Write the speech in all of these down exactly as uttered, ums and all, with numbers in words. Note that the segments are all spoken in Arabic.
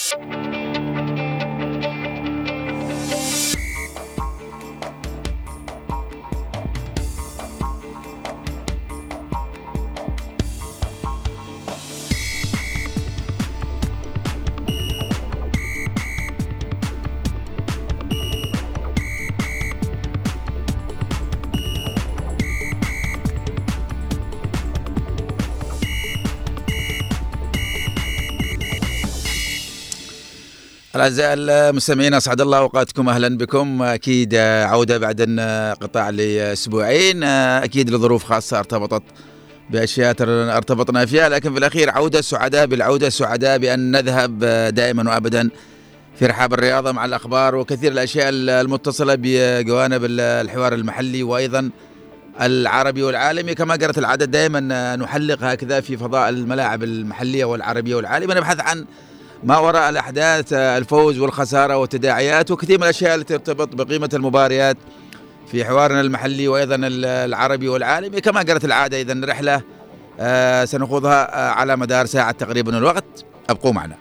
أعزائي المستمعين أسعد الله أوقاتكم، أهلا بكم. أكيد عودة بعد انقطاع لأسبوعين، أكيد لظروف خاصة ارتبطت بأشياء ارتبطنا فيها، لكن في الأخير عودة سعداء بالعودة، سعداء بأن نذهب دائما وأبدا في رحاب الرياضة مع الأخبار وكثير الأشياء المتصلة بجوانب الحوار المحلي وأيضا العربي والعالمي. كما قرأت العادة دائما نحلق هكذا في فضاء الملاعب المحلية والعربية والعالمية، نبحث عن ما وراء الأحداث، الفوز والخسارة والتداعيات وكثير من الأشياء التي ترتبط بقيمة المباريات في حوارنا المحلي وأيضا العربي والعالمي. كما قالت العادة إذن رحلة آه سنخوضها آه على مدار ساعة تقريبا الوقت، أبقوا معنا.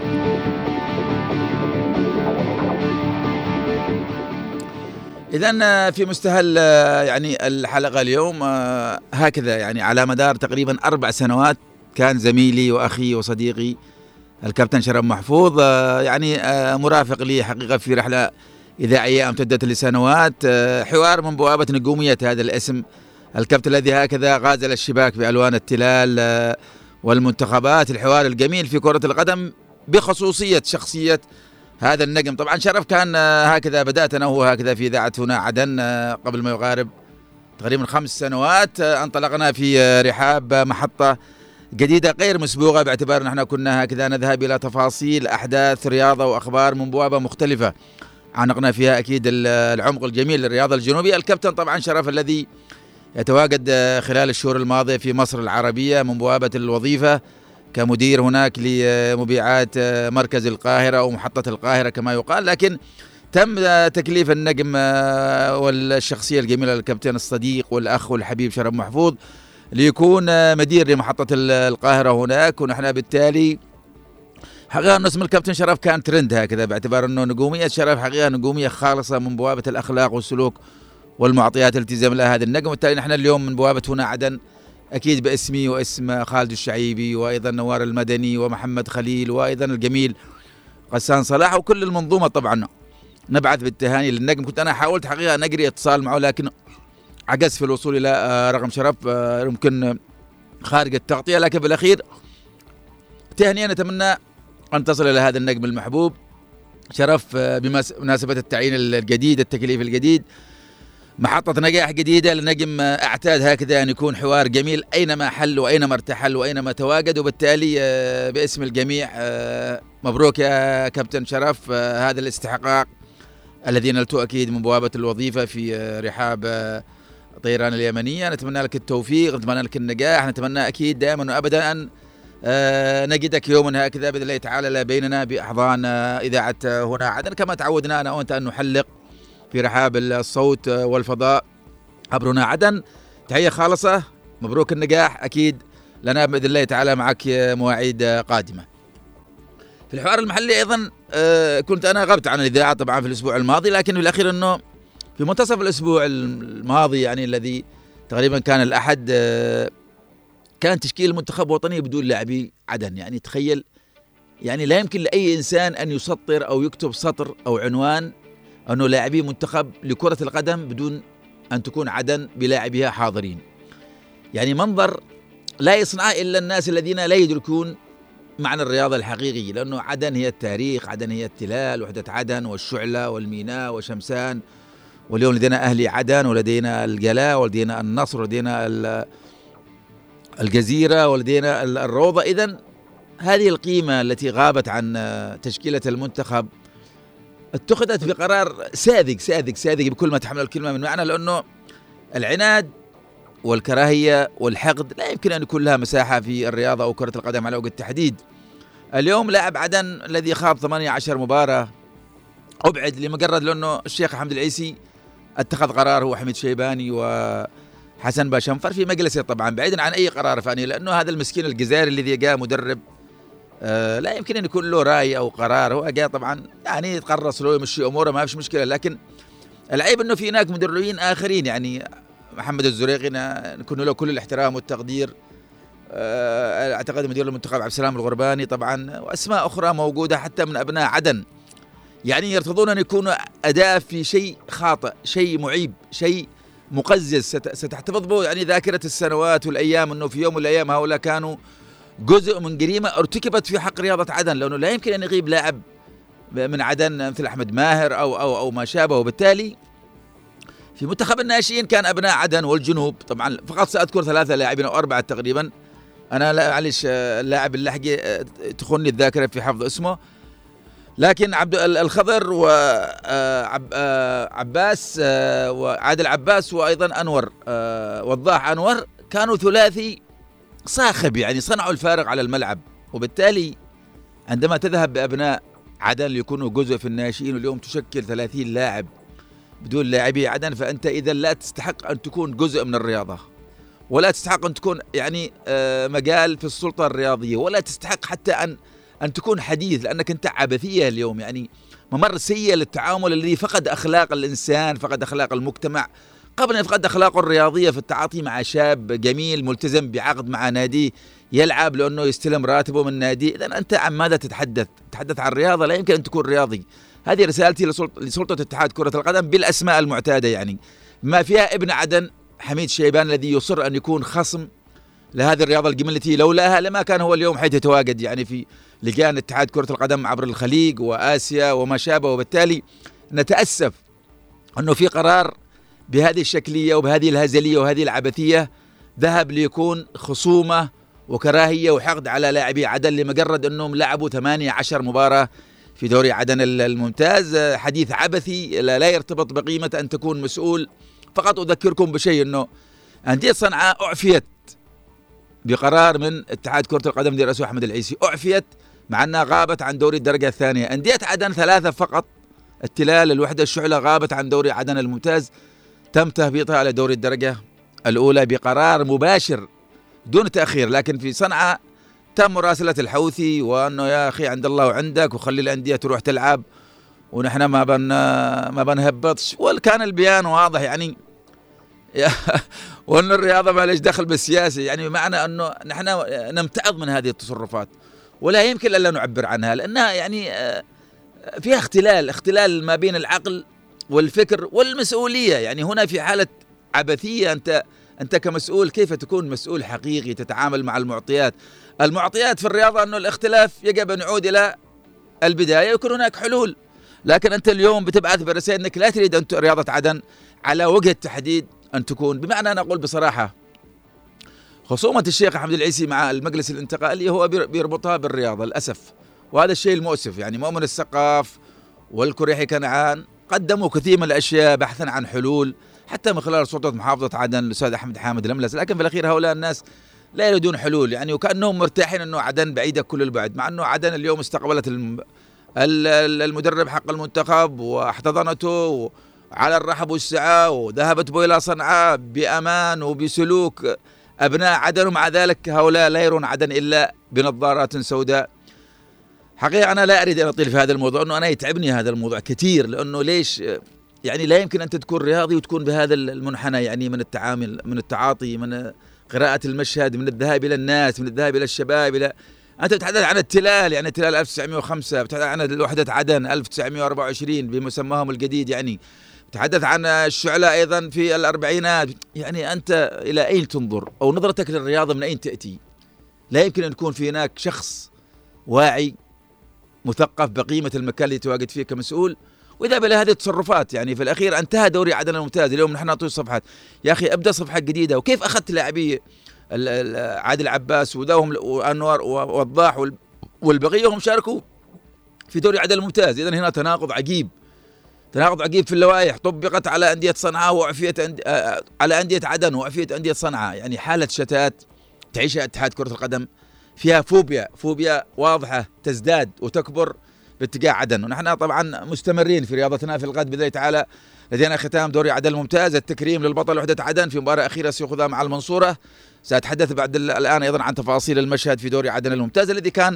إذن آه في مستهل آه يعني الحلقة اليوم آه هكذا، يعني على مدار تقريبا أربع سنوات كان زميلي وأخي وصديقي الكابتن شرف محفوظ يعني مرافق لي حقيقة في رحلة إذاعية امتدت لسنوات، حوار من بوابة نجومية هذا الاسم، الكابتن الذي هكذا غازل الشباك بألوان التلال والمنتخبات، الحوار الجميل في كرة القدم بخصوصية شخصية هذا النجم. طبعا شرف كان هكذا بدأت أنا وهو هكذا في إذاعة هنا عدن قبل ما يقارب تقريبا خمس سنوات، انطلقنا في رحاب محطة جديدة غير مسبوقة، باعتبار نحن كنا هكذا نذهب إلى تفاصيل أحداث رياضة وأخبار من بوابة مختلفة عانقنا فيها أكيد العمق الجميل للرياضة الجنوبية. الكابتن طبعا شرف الذي يتواجد خلال الشهور الماضية في مصر العربية من بوابة الوظيفة كمدير هناك لمبيعات مركز القاهرة أو محطة القاهرة كما يقال، لكن تم تكليف النجم والشخصية الجميلة الكابتن الصديق والأخ والحبيب شرف محفوظ ليكون مدير لمحطة القاهرة هناك، ونحن بالتالي حقيقة أن اسم الكابتن شرف كان ترند هكذا، باعتبار أنه نجومية شرف حقيقة نجومية خالصة من بوابة الأخلاق والسلوك والمعطيات التزام لها هذا النجم. وبالتالي نحن اليوم من بوابة هنا عدن أكيد باسمي واسم خالد الشعيبي وأيضا نوار المدني ومحمد خليل وأيضا الجميل غسان صلاح وكل المنظومة طبعا نبعث بالتهاني للنجم. كنت أنا حاولت حقيقة نجري اتصال معه لكن عجزت في الوصول إلى رقم شرف يمكن خارج التغطية، لكن بالأخير تهنئة نتمنى أن تصل إلى هذا النجم المحبوب شرف بمناسبة التعيين الجديد، التكليف الجديد، محطة نجاح جديدة لنجم اعتاد هكذا أن يكون حوار جميل أينما حل وأينما ارتحل وأينما تواجد. وبالتالي باسم الجميع مبروك يا كابتن شرف هذا الاستحقاق الذي نلته أكيد من بوابة الوظيفة في رحاب طيران اليمنية. نتمنى لك التوفيق، نتمنى لك النجاح، نتمنى أكيد دائما وأبدا أن نجدك يوما هكذا بإذن الله تعالى بيننا بأحضان إذاعة هنا عدن، كما تعودنا أنا وأنت أن نحلق في رحاب الصوت والفضاء عبر هنا عدن. تحية خالصة، مبروك النجاح، أكيد لنا بإذن الله تعالى معك مواعيد قادمة. في الحوار المحلي أيضا كنت أنا غبت عن الإذاعة طبعا في الأسبوع الماضي، لكن في الأخير أنه في منتصف الأسبوع الماضي يعني الذي تقريبا كان الأحد كان تشكيل منتخب وطني بدون لاعبي عدن. يعني تخيل، يعني لا يمكن لأي إنسان أن يسطر أو يكتب سطر أو عنوان أنه لاعبي منتخب لكرة القدم بدون أن تكون عدن بلاعبيها حاضرين. يعني منظر لا يصنعه إلا الناس الذين لا يدركون معنى الرياضة الحقيقي، لأنه عدن هي التاريخ، عدن هي التلال، وحدة عدن والشعلة والميناء وشمسان، واليوم لدينا أهلي عدن ولدينا الجلاء ولدينا النصر ولدينا الجزيرة ولدينا الروضة. إذن هذه القيمة التي غابت عن تشكيلة المنتخب اتخذت بقرار ساذج ساذج ساذج بكل ما تحمل الكلمة من معنى، لأنه العناد والكراهية والحقد لا يمكن أن يكون لها مساحة في الرياضة أو كرة القدم على وجه التحديد. اليوم لاعب عدن الذي خاض ثمانية عشر مباراة أبعد لمجرد لأنه الشيخ حمد العيسي اتخذ قرار، هو حميد شيباني وحسن باشنفر في مجلسه طبعا بعيدا عن أي قرار فني، لأنه هذا المسكين الجزائري الذي جاء مدرب آه لا يمكن أن يكون له رأي أو قرار، هو جاء طبعا يعني يتقرص له يمشي أموره ما فيش مشكلة. لكن العيب أنه في هناك مدربين آخرين، يعني محمد الزريقي نكون له كل الاحترام والتقدير، آه أعتقد مدير المنتخب عبد السلام الغرباني طبعا، وأسماء أخرى موجودة حتى من أبناء عدن، يعني يرتضون أن يكونوا أداة في شيء خاطئ، شيء معيب، شيء مقزز ستحتفظ به يعني ذاكرة السنوات والأيام، أنه في يوم من الأيام هؤلاء كانوا جزء من جريمة ارتكبت في حق رياضة عدن، لأنه لا يمكن أن يغيب لاعب من عدن مثل أحمد ماهر أو أو أو ما شابه. وبالتالي في منتخب الناشئين كان أبناء عدن والجنوب طبعا، فقط سأذكر ثلاثة لاعبين أو أربعة تقريبا، أنا لا معلش اللاعب اللحقي تخوني الذاكرة في حفظ اسمه، لكن عبد الخضر وعباس وعادل عباس وأيضا أنور وضاح أنور كانوا ثلاثي صاخب، يعني صنعوا الفارق على الملعب. وبالتالي عندما تذهب بأبناء عدن ليكونوا جزء في الناشئين واليوم تشكل ثلاثين لاعب بدون لاعبي عدن، فأنت إذا لا تستحق أن تكون جزء من الرياضة، ولا تستحق أن تكون يعني مجال في السلطة الرياضية، ولا تستحق حتى أن أن تكون حديث، لأنك أنت عبثية اليوم، يعني ممر سيء للتعامل الذي فقد أخلاق الإنسان، فقد أخلاق المجتمع قبل أن يفقد أخلاقه الرياضية في التعاطي مع شاب جميل ملتزم بعقد مع ناديه يلعب لأنه يستلم راتبه من ناديه. إذا أنت عن ماذا تتحدث؟ تتحدث عن الرياضة، لا يمكن أن تكون رياضي. هذه رسالتي لسلطة اتحاد كرة القدم بالأسماء المعتادة، يعني ما فيها ابن عدن حميد شيبان الذي يصر أن يكون خصم لهذه الرياضة الجميلة التي لولاها لما كان هو اليوم حيث يتواجد، يعني في لجان اتحاد كرة القدم عبر الخليج وآسيا وما شابه. وبالتالي نتأسف أنه في قرار بهذه الشكلية وبهذه الهزلية وهذه العبثية ذهب ليكون خصومة وكراهية وحقد على لاعبي عدن لمجرد أنهم لعبوا ثمانية عشر مباراة في دوري عدن الممتاز. حديث عبثي لا يرتبط بقيمة أن تكون مسؤول. فقط أذكركم بشيء، أنه أندية صنعاء أعفيت بقرار من اتحاد كرة القدم دي رئيسه أحمد العيسي، أعفيت مع أنها غابت عن دوري الدرجة الثانية. أندية عدن ثلاثة فقط، التلال، الوحدة، الشعلة، غابت عن دوري عدن الممتاز، تم تهبيطها على دوري الدرجة الأولى بقرار مباشر دون تأخير. لكن في صنعاء تم مراسلة الحوثي وأنه يا أخي عند الله وعندك وخلي الأندية تروح تلعب ونحن ما بن ما بنهبطش، وكان البيان واضح يعني وأن الرياضة ما ليش دخل بالسياسة، يعني بمعنى أنه نحن نمتعض من هذه التصرفات ولا يمكن ألا نعبر عنها، لأنها يعني فيها اختلال اختلال ما بين العقل والفكر والمسؤولية. يعني هنا في حالة عبثية، أنت أنت كمسؤول كيف تكون مسؤول حقيقي تتعامل مع المعطيات؟ المعطيات في الرياضة أنه الاختلاف يجب أن نعود إلى البداية ويكون هناك حلول. لكن أنت اليوم بتبعث برسائل أنك لا تريد أن رياضة عدن على وجه التحديد أن تكون، بمعنى أنا أقول بصراحة خصومة الشيخ أحمد العيسي مع المجلس الانتقالي هو بيربطها بالرياضة للأسف، وهذا الشيء المؤسف. يعني مؤمن السقاف والكريحي كنعان قدموا كثير من الأشياء بحثا عن حلول حتى من خلال سلطة محافظة عدن الأستاذ أحمد حامد الملس، لكن في الأخير هؤلاء الناس لا يريدون حلول، يعني وكأنهم مرتاحين أنه عدن بعيدة كل البعد، مع أنه عدن اليوم استقبلت المدرب حق المنتخب واحتضنته على الرحب والسعة وذهبت به إلى صنعاء بأمان وبسلوك أبناء عدن، ومع ذلك هؤلاء لا يرون عدن إلا بنظارات سوداء. حقيقة أنا لا أريد أن أطيل في هذا الموضوع، أنه أنا يتعبني هذا الموضوع كثير، لأنه ليش يعني لا يمكن أن تكون رياضي وتكون بهذا المنحنى، يعني من التعامل، من التعاطي، من قراءة المشهد، من الذهاب إلى الناس، من الذهاب إلى الشباب، إلى أنت بتتحدث عن التلال، يعني التلال ألف وتسعمائة وخمسة، بتتحدث عن وحدة عدن ألف وتسعمائة وأربعة وعشرين بمسماهم الجديد، يعني تحدث عن الشعلة أيضا في الأربعينات. يعني أنت إلى أين تنظر أو نظرتك للرياضة من أين تأتي؟ لا يمكن أن يكون في هناك شخص واعي مثقف بقيمة المكان اللي يتواجد فيه كمسؤول وإذا بلا هذه التصرفات. يعني في الأخير انتهى دوري عدن الممتاز، اليوم نحن نعطيه صفحات، يا أخي أبدأ صفحة جديدة. وكيف أخذت لاعبي عادل عباس وذوهم وأنور ووضاح والبقية هم شاركوا في دوري عدن الممتاز؟ إذن هنا تناقض عجيب، تناقض عجيب في اللوائح طبقت على أندية صنعاء وعفيت أند... على أندية عدن وعفيت أندية صنعاء. يعني حالة شتات تعيشها اتحاد كرة القدم، فيها فوبيا فوبيا واضحة تزداد وتكبر باتجاه عدن. ونحن طبعا مستمرين في رياضتنا في الغد بإذن الله تعالى، لدينا ختام دوري عدن الممتاز، التكريم للبطل وحدة عدن في مباراة أخيرة سيأخذها مع المنصورة. سأتحدث بعد الآن أيضا عن تفاصيل المشهد في دوري عدن الممتاز الذي كان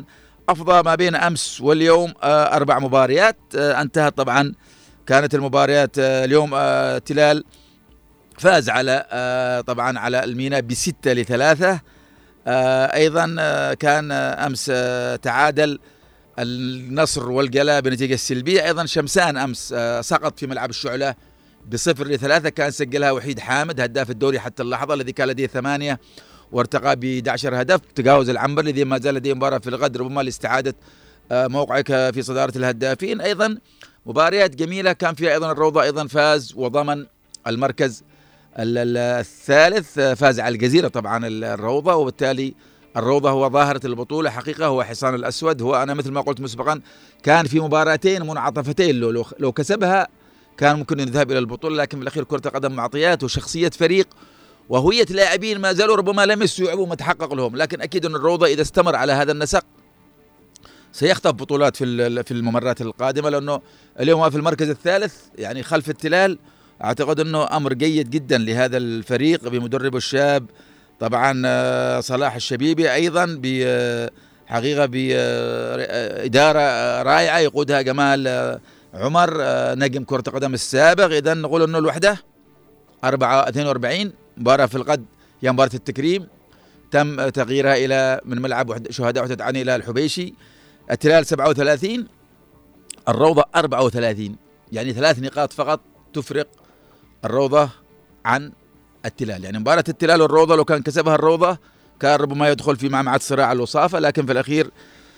أفضى ما بين أمس واليوم أربع مباريات انتهت. طبعا كانت المباريات اليوم تلال فاز على طبعا على الميناء بستة لثلاثة. أيضا كان أمس تعادل النصر والقلا بنتيجة سلبية. أيضا شمسان أمس سقط في ملعب الشعلة بصفر لثلاثة، كان سجلها وحيد حامد هداف الدوري حتى اللحظة الذي كان لديه ثمانية وارتقى ب أحد عشر هدف. تجاوز العنبر الذي ما زال لديه مباراة في الغد ربما لاستعادة موقعك في صدارة الهدافين. أيضا مباريات جميلة كان فيها أيضا الروضة أيضا فاز وضمن المركز الثالث، فاز على الجزيرة طبعا الروضة، وبالتالي الروضة هو ظاهرة البطولة حقيقة، هو حصان الأسود. هو أنا مثل ما قلت مسبقا كان في مباراتين منعطفتين لو, لو كسبها كان ممكن يذهب إلى البطولة، لكن في الأخير كرة القدم معطيات وشخصية فريق وهوية لاعبين ما زالوا ربما لم يستوعبوا ما تحقق لهم. لكن أكيد أن الروضة إذا استمر على هذا النسق سيخطف بطولات في في الممرات القادمة، لأنه اليوم في المركز الثالث يعني خلف التلال. أعتقد أنه أمر جيد جدا لهذا الفريق بمدربه الشاب طبعا صلاح الشبيبي، أيضا بحقيقة بإدارة رائعة يقودها جمال عمر نجم كرة القدم السابق. إذا نقول أنه الوحدة أربعة اثنين وأربعين مباراة في الغد هي مباراة التكريم تم تغييرها إلى من ملعب شهداء وحدة عن إلى الحبيشي. التلال سبعة وثلاثين الروضة أربعة وثلاثين، يعني ثلاث نقاط فقط تفرق الروضة عن التلال. يعني مباراة التلال والروضة لو كان كسبها الروضة كان ربما يدخل في معمعة صراع الوصافة، لكن في الأخير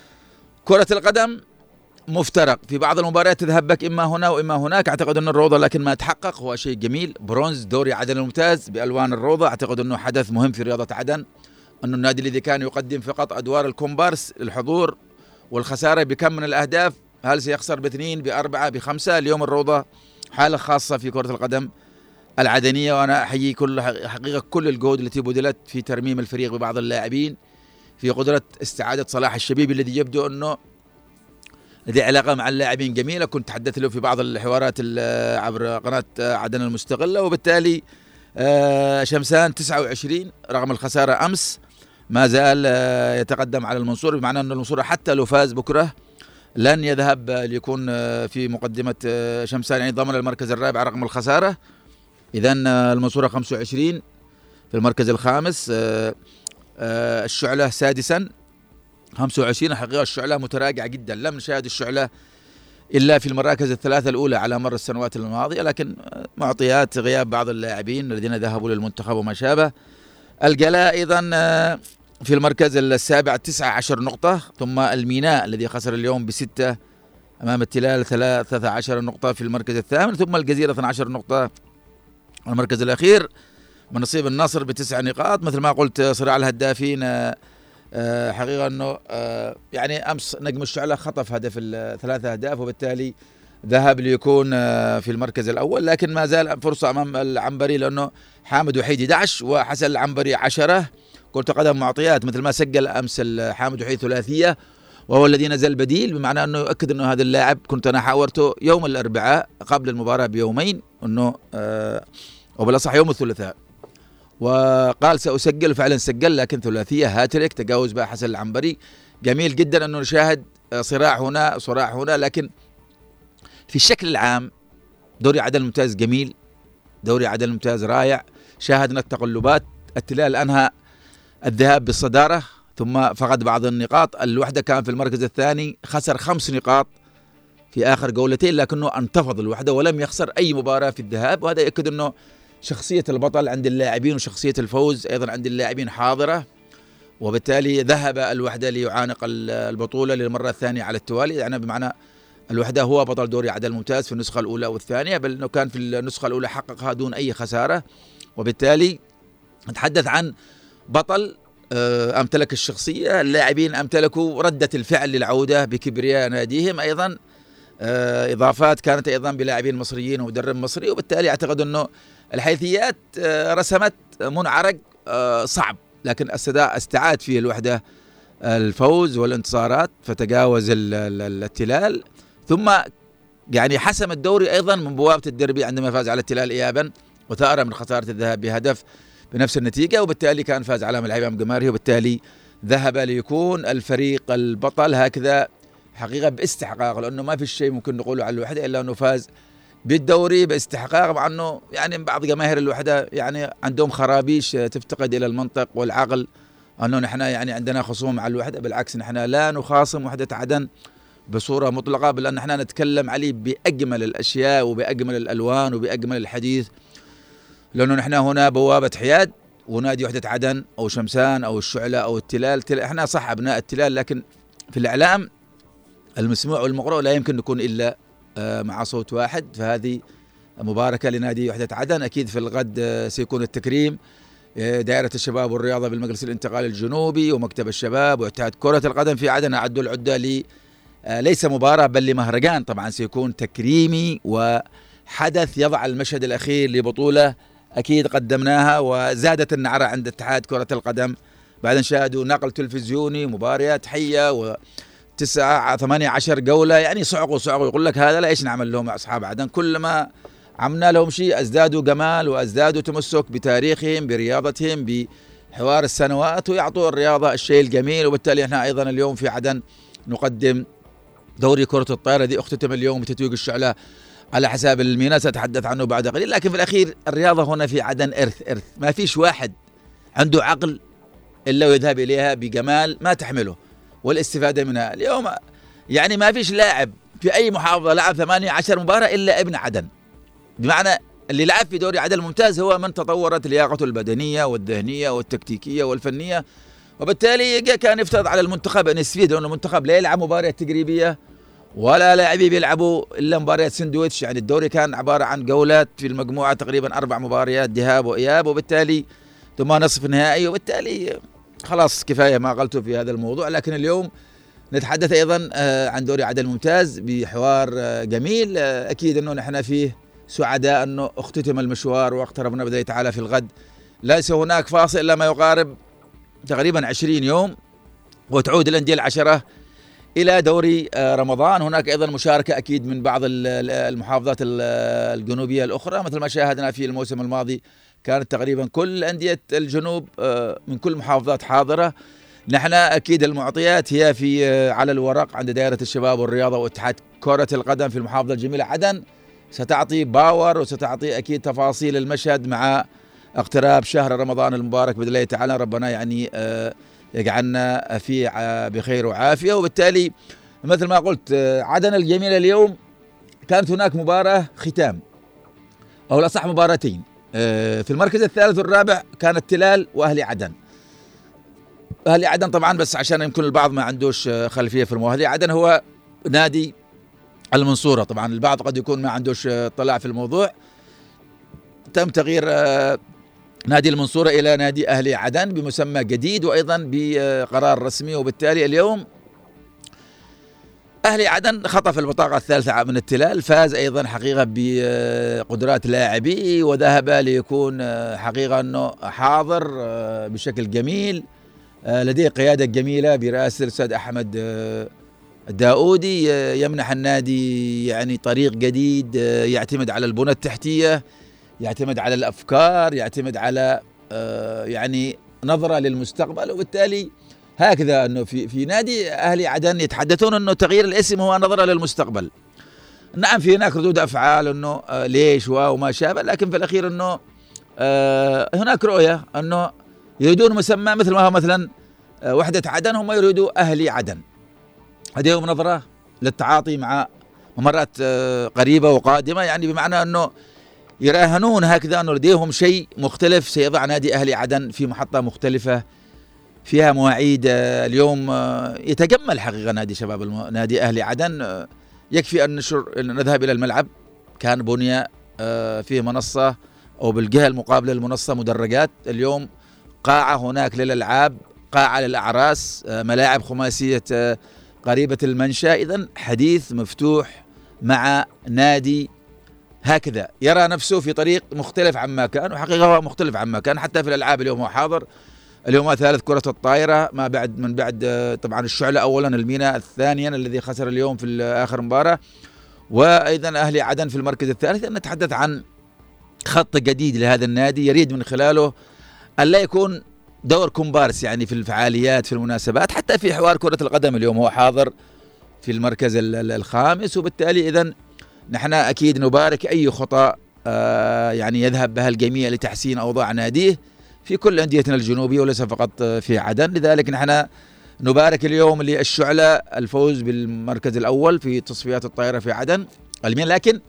كرة القدم مفترق، في بعض المباريات تذهب بك إما هنا وإما هناك. أعتقد أن الروضة لكن ما تحقق هو شيء جميل، برونز دوري عدن الممتاز بألوان الروضة. أعتقد أنه حدث مهم في رياضة عدن، أنه النادي الذي كان يقدم فقط أدوار الكومبارس الحضور والخسارة بكم من الأهداف، هل سيخسر باثنين بأربعة بخمسة؟ اليوم الروضة حالة خاصة في كرة القدم العدنية، وأنا أحيي كل حقيقة كل الجهود التي بذلت في ترميم الفريق ببعض اللاعبين، في قدرة استعادة صلاح الشبيبي الذي يبدو أنه لديه علاقة مع اللاعبين جميلة. كنت تحدثت له في بعض الحوارات عبر قناة عدن المستقلة. وبالتالي شمسان تسعة وعشرين رغم الخسارة أمس ما زال يتقدم على المنصورة، بمعنى أن المنصورة حتى لو فاز بكرة لن يذهب ليكون في مقدمة شمسان، يعني ضمن المركز الرابع رغم الخسارة. إذن المنصورة خمسة وعشرين في المركز الخامس، الشعلة سادسا خمسة وعشرين. حقيقة الشعلة متراجع جدا، لم نشاهد الشعلة إلا في المراكز الثلاثة الأولى على مر السنوات الماضية، لكن معطيات غياب بعض اللاعبين الذين ذهبوا للمنتخب وما شابه. القلاء أيضا في المركز السابع تسعة عشر نقطة، ثم الميناء الذي خسر اليوم بستة أمام التلال ثلاثة عشر نقطة في المركز الثامن، ثم الجزيرة اثنتي عشرة نقطة المركز الأخير من نصيب النصر بتسع نقاط. مثل ما قلت صراع الهدافين حقيقة أنه يعني أمس نجم الشعلة خطف هدف الثلاثة أهداف، وبالتالي ذهب ليكون في المركز الأول، لكن ما زال فرصة أمام العنبري، لأنه حامد وحيد أحد عشر وحسن العنبري عشرة. كرة قدم معطيات، مثل ما سجل أمس حامد وحيد ثلاثية وهو الذي نزل بديل، بمعنى أنه يؤكد أنه هذا اللاعب كنت أنا حاورته يوم الأربعاء قبل المباراة بيومين أنه آه وبالأصح يوم الثلاثاء، وقال سأسجل، فعلا سجل، لكن ثلاثية هاتريك تجاوز بها حسن العنبري. جميل جدا أنه نشاهد صراع هنا صراع هنا، لكن في الشكل العام دوري عدن الممتاز جميل، دوري عدن الممتاز رائع. شاهدنا التقلبات، التلال أنهى الذهاب بالصدارة ثم فقد بعض النقاط. الوحدة كان في المركز الثاني، خسر خمس نقاط في آخر جولتين، لكنه انتفض الوحدة ولم يخسر أي مباراة في الذهاب، وهذا يؤكد أنه شخصية البطل عند اللاعبين وشخصية الفوز أيضا عند اللاعبين حاضرة. وبالتالي ذهب الوحدة ليعانق البطولة للمرة الثانية على التوالي، يعني بمعنى الوحدة هو بطل دوري عدن الممتاز في النسخة الأولى والثانية، بل أنه كان في النسخة الأولى حققها دون أي خسارة. وبالتالي نتحدث عن بطل أمتلك الشخصية، اللاعبين أمتلكوا ردة الفعل للعودة بكبرياء ناديهم، أيضا إضافات كانت أيضا بلاعبين مصريين ومدرب مصري. وبالتالي أعتقد أنه الحيثيات رسمت منعرج صعب، لكن استعاد فيه الوحدة الفوز والانتصارات، فتجاوز التلال، ثم يعني حسم الدوري أيضا من بوابة الدربي عندما فاز على التلال إيابا وثأر من خسارة الذهاب بهدف بنفس النتيجة، وبالتالي كان فاز على ملعب أمام جماهيره، وبالتالي ذهب ليكون الفريق البطل هكذا حقيقة باستحقاق، لأنه ما في شيء ممكن نقوله على الوحدة إلا أنه فاز بالدوري باستحقاق، مع أنه يعني بعض جماهير الوحدة يعني عندهم خرابيش تفتقد إلى المنطق والعقل، أنه نحن يعني عندنا خصوم مع الوحدة. بالعكس نحن لا نخاصم وحدة عدن بصورة مطلقة، بل أن نحن نتكلم عليه بأجمل الأشياء وبأجمل الألوان وبأجمل الحديث، لأنه نحن هنا بوابة حياد ونادي وحدة عدن أو شمسان أو الشعلة أو التلال. احنا صح أبناء التلال، لكن في الإعلام المسموع والمقروء لا يمكن نكون إلا مع صوت واحد. فهذه مباركة لنادي وحدة عدن. أكيد في الغد سيكون التكريم دائرة الشباب والرياضة بالمجلس الانتقالي الجنوبي ومكتب الشباب واتحاد كرة القدم في عدن أعدوا العدة لي ليس مباراة بل لمهرجان. طبعا سيكون تكريمي وحدث يضع المشهد الأخير لبطولة أكيد قدمناها وزادت النعرة عند اتحاد كرة القدم بعد أن شاهدوا نقل تلفزيوني مباريات حية وتسعة ثمانية عشر جولة، يعني صعقوا صعقوا يقول لك هذا لا إيش نعمل لهم أصحاب عدن، كلما عملنا لهم شيء ازدادوا جمال وازدادوا تمسك بتاريخهم برياضتهم بحوار السنوات، ويعطوا الرياضة الشيء الجميل. وبالتالي احنا أيضا اليوم في عدن نقدم دوري كرة الطائرة دي اختتم اليوم بتتويج الشعلة على حساب الميناء سأتحدث عنه بعد قليل. لكن في الأخير الرياضة هنا في عدن إرث إرث ما فيش واحد عنده عقل إلا ويذهب إليها بجمال ما تحمله والاستفادة منها. اليوم يعني ما فيش لاعب في أي محافظة لعب ثمانية عشر مباراة إلا ابن عدن، بمعنى اللي لعب في دوري عدن الممتاز هو من تطورت لياقته البدنية والذهنية والتكتيكية والفنية. وبالتالي كان يفترض على المنتخب أن يستفيد، لأن المنتخب لا يلعب مباريات تجريبية ولا لاعبي بيلعبوا إلا مباريات سندويتش. يعني الدوري كان عبارة عن جولات في المجموعة تقريبا أربع مباريات ذهاب وإياب، وبالتالي ثم نصف نهائي، وبالتالي خلاص كفاية ما قلته في هذا الموضوع. لكن اليوم نتحدث أيضا عن دوري عدن الممتاز بحوار جميل. أكيد أنه نحن فيه سعداء أنه اختتم المشوار واقتربنا بإذن الله تعالى في الغد. ليس هناك فاصل إلا ما يقارب تقريبا عشرين يوم وتعود الأندية العشرة إلى دوري رمضان. هناك أيضا مشاركة أكيد من بعض المحافظات الجنوبية الأخرى، مثل ما شاهدنا في الموسم الماضي كانت تقريبا كل أندية الجنوب من كل محافظات حاضرة. نحن أكيد المعطيات هي في على الورق عند دائرة الشباب والرياضة واتحاد كرة القدم في المحافظة الجميلة عدن، ستعطي باور وستعطي أكيد تفاصيل المشهد مع اقتراب شهر رمضان المبارك بإذن الله تعالى. ربنا يعني يجعلنا فيه بخير وعافية. وبالتالي مثل ما قلت عدن الجميلة اليوم كانت هناك مباراة ختام أو الأصح مباراتين. في المركز الثالث والرابع كانت تلال وأهلي عدن. أهلي عدن طبعا بس عشان يمكن البعض ما عندوش خلفية في الموضوع، أهلي عدن هو نادي المنصورة. طبعا البعض قد يكون ما عندوش اطلاع في الموضوع. تم تغيير نادي المنصورة إلى نادي أهلي عدن بمسمى جديد وأيضا بقرار رسمي. وبالتالي اليوم أهلي عدن خطف البطاقة الثالثة من التلال، فاز أيضا حقيقة بقدرات لاعبيه وذهب ليكون حقيقة أنه حاضر بشكل جميل. لديه قيادة جميلة برئاسة الأستاذ أحمد الداودي يمنح النادي يعني طريق جديد يعتمد على البنى التحتية، يعتمد على الأفكار، يعتمد على يعني نظرة للمستقبل. وبالتالي هكذا أنه في في نادي أهلي عدن يتحدثون أنه تغيير الاسم هو نظرة للمستقبل. نعم في هناك ردود أفعال أنه ليش وما شابه، لكن في الأخير أنه هناك رؤية أنه يريدون مسمى مثل ما هو مثلا وحدة عدن، هم يريدوا أهلي عدن. هذه نظرة للتعاطي مع ممرات قريبة وقادمة، يعني بمعنى أنه يراهنون هكذا أنه لديهم شيء مختلف سيضع نادي أهلي عدن في محطة مختلفة فيها مواعيد. اليوم يتجمل حقيقة نادي شباب الم... نادي أهلي عدن. يكفي أن نشر أن نذهب إلى الملعب، كان بني فيه منصة أو بالجهة المقابلة للمنصة مدرجات. اليوم قاعة هناك للألعاب، قاعة للأعراس، ملاعب خماسية قريبة المنشأ. إذن حديث مفتوح مع نادي هكذا يرى نفسه في طريق مختلف عما كان، وحقيقة هو مختلف عما كان. حتى في الألعاب اليوم هو حاضر. اليوم ثالث كرة الطائرة ما بعد من بعد طبعا الشعلة أولا، الميناء ثانيا الذي خسر اليوم في آخر مباراة، وأيضا أهلي عدن في المركز الثالث. نتحدث عن خط جديد لهذا النادي يريد من خلاله أن لا يكون دور كومبارس يعني في الفعاليات في المناسبات، حتى في حوار كرة القدم اليوم هو حاضر في المركز الخامس. وبالتالي إذن نحن أكيد نبارك أي خطأ آه يعني يذهب بها الجميع لتحسين أوضاع ناديه في كل أنديتنا الجنوبية وليس فقط في عدن. لذلك نحن نبارك اليوم للشعلة الفوز بالمركز الأول في تصفيات الطائرة في عدن المينا. لكن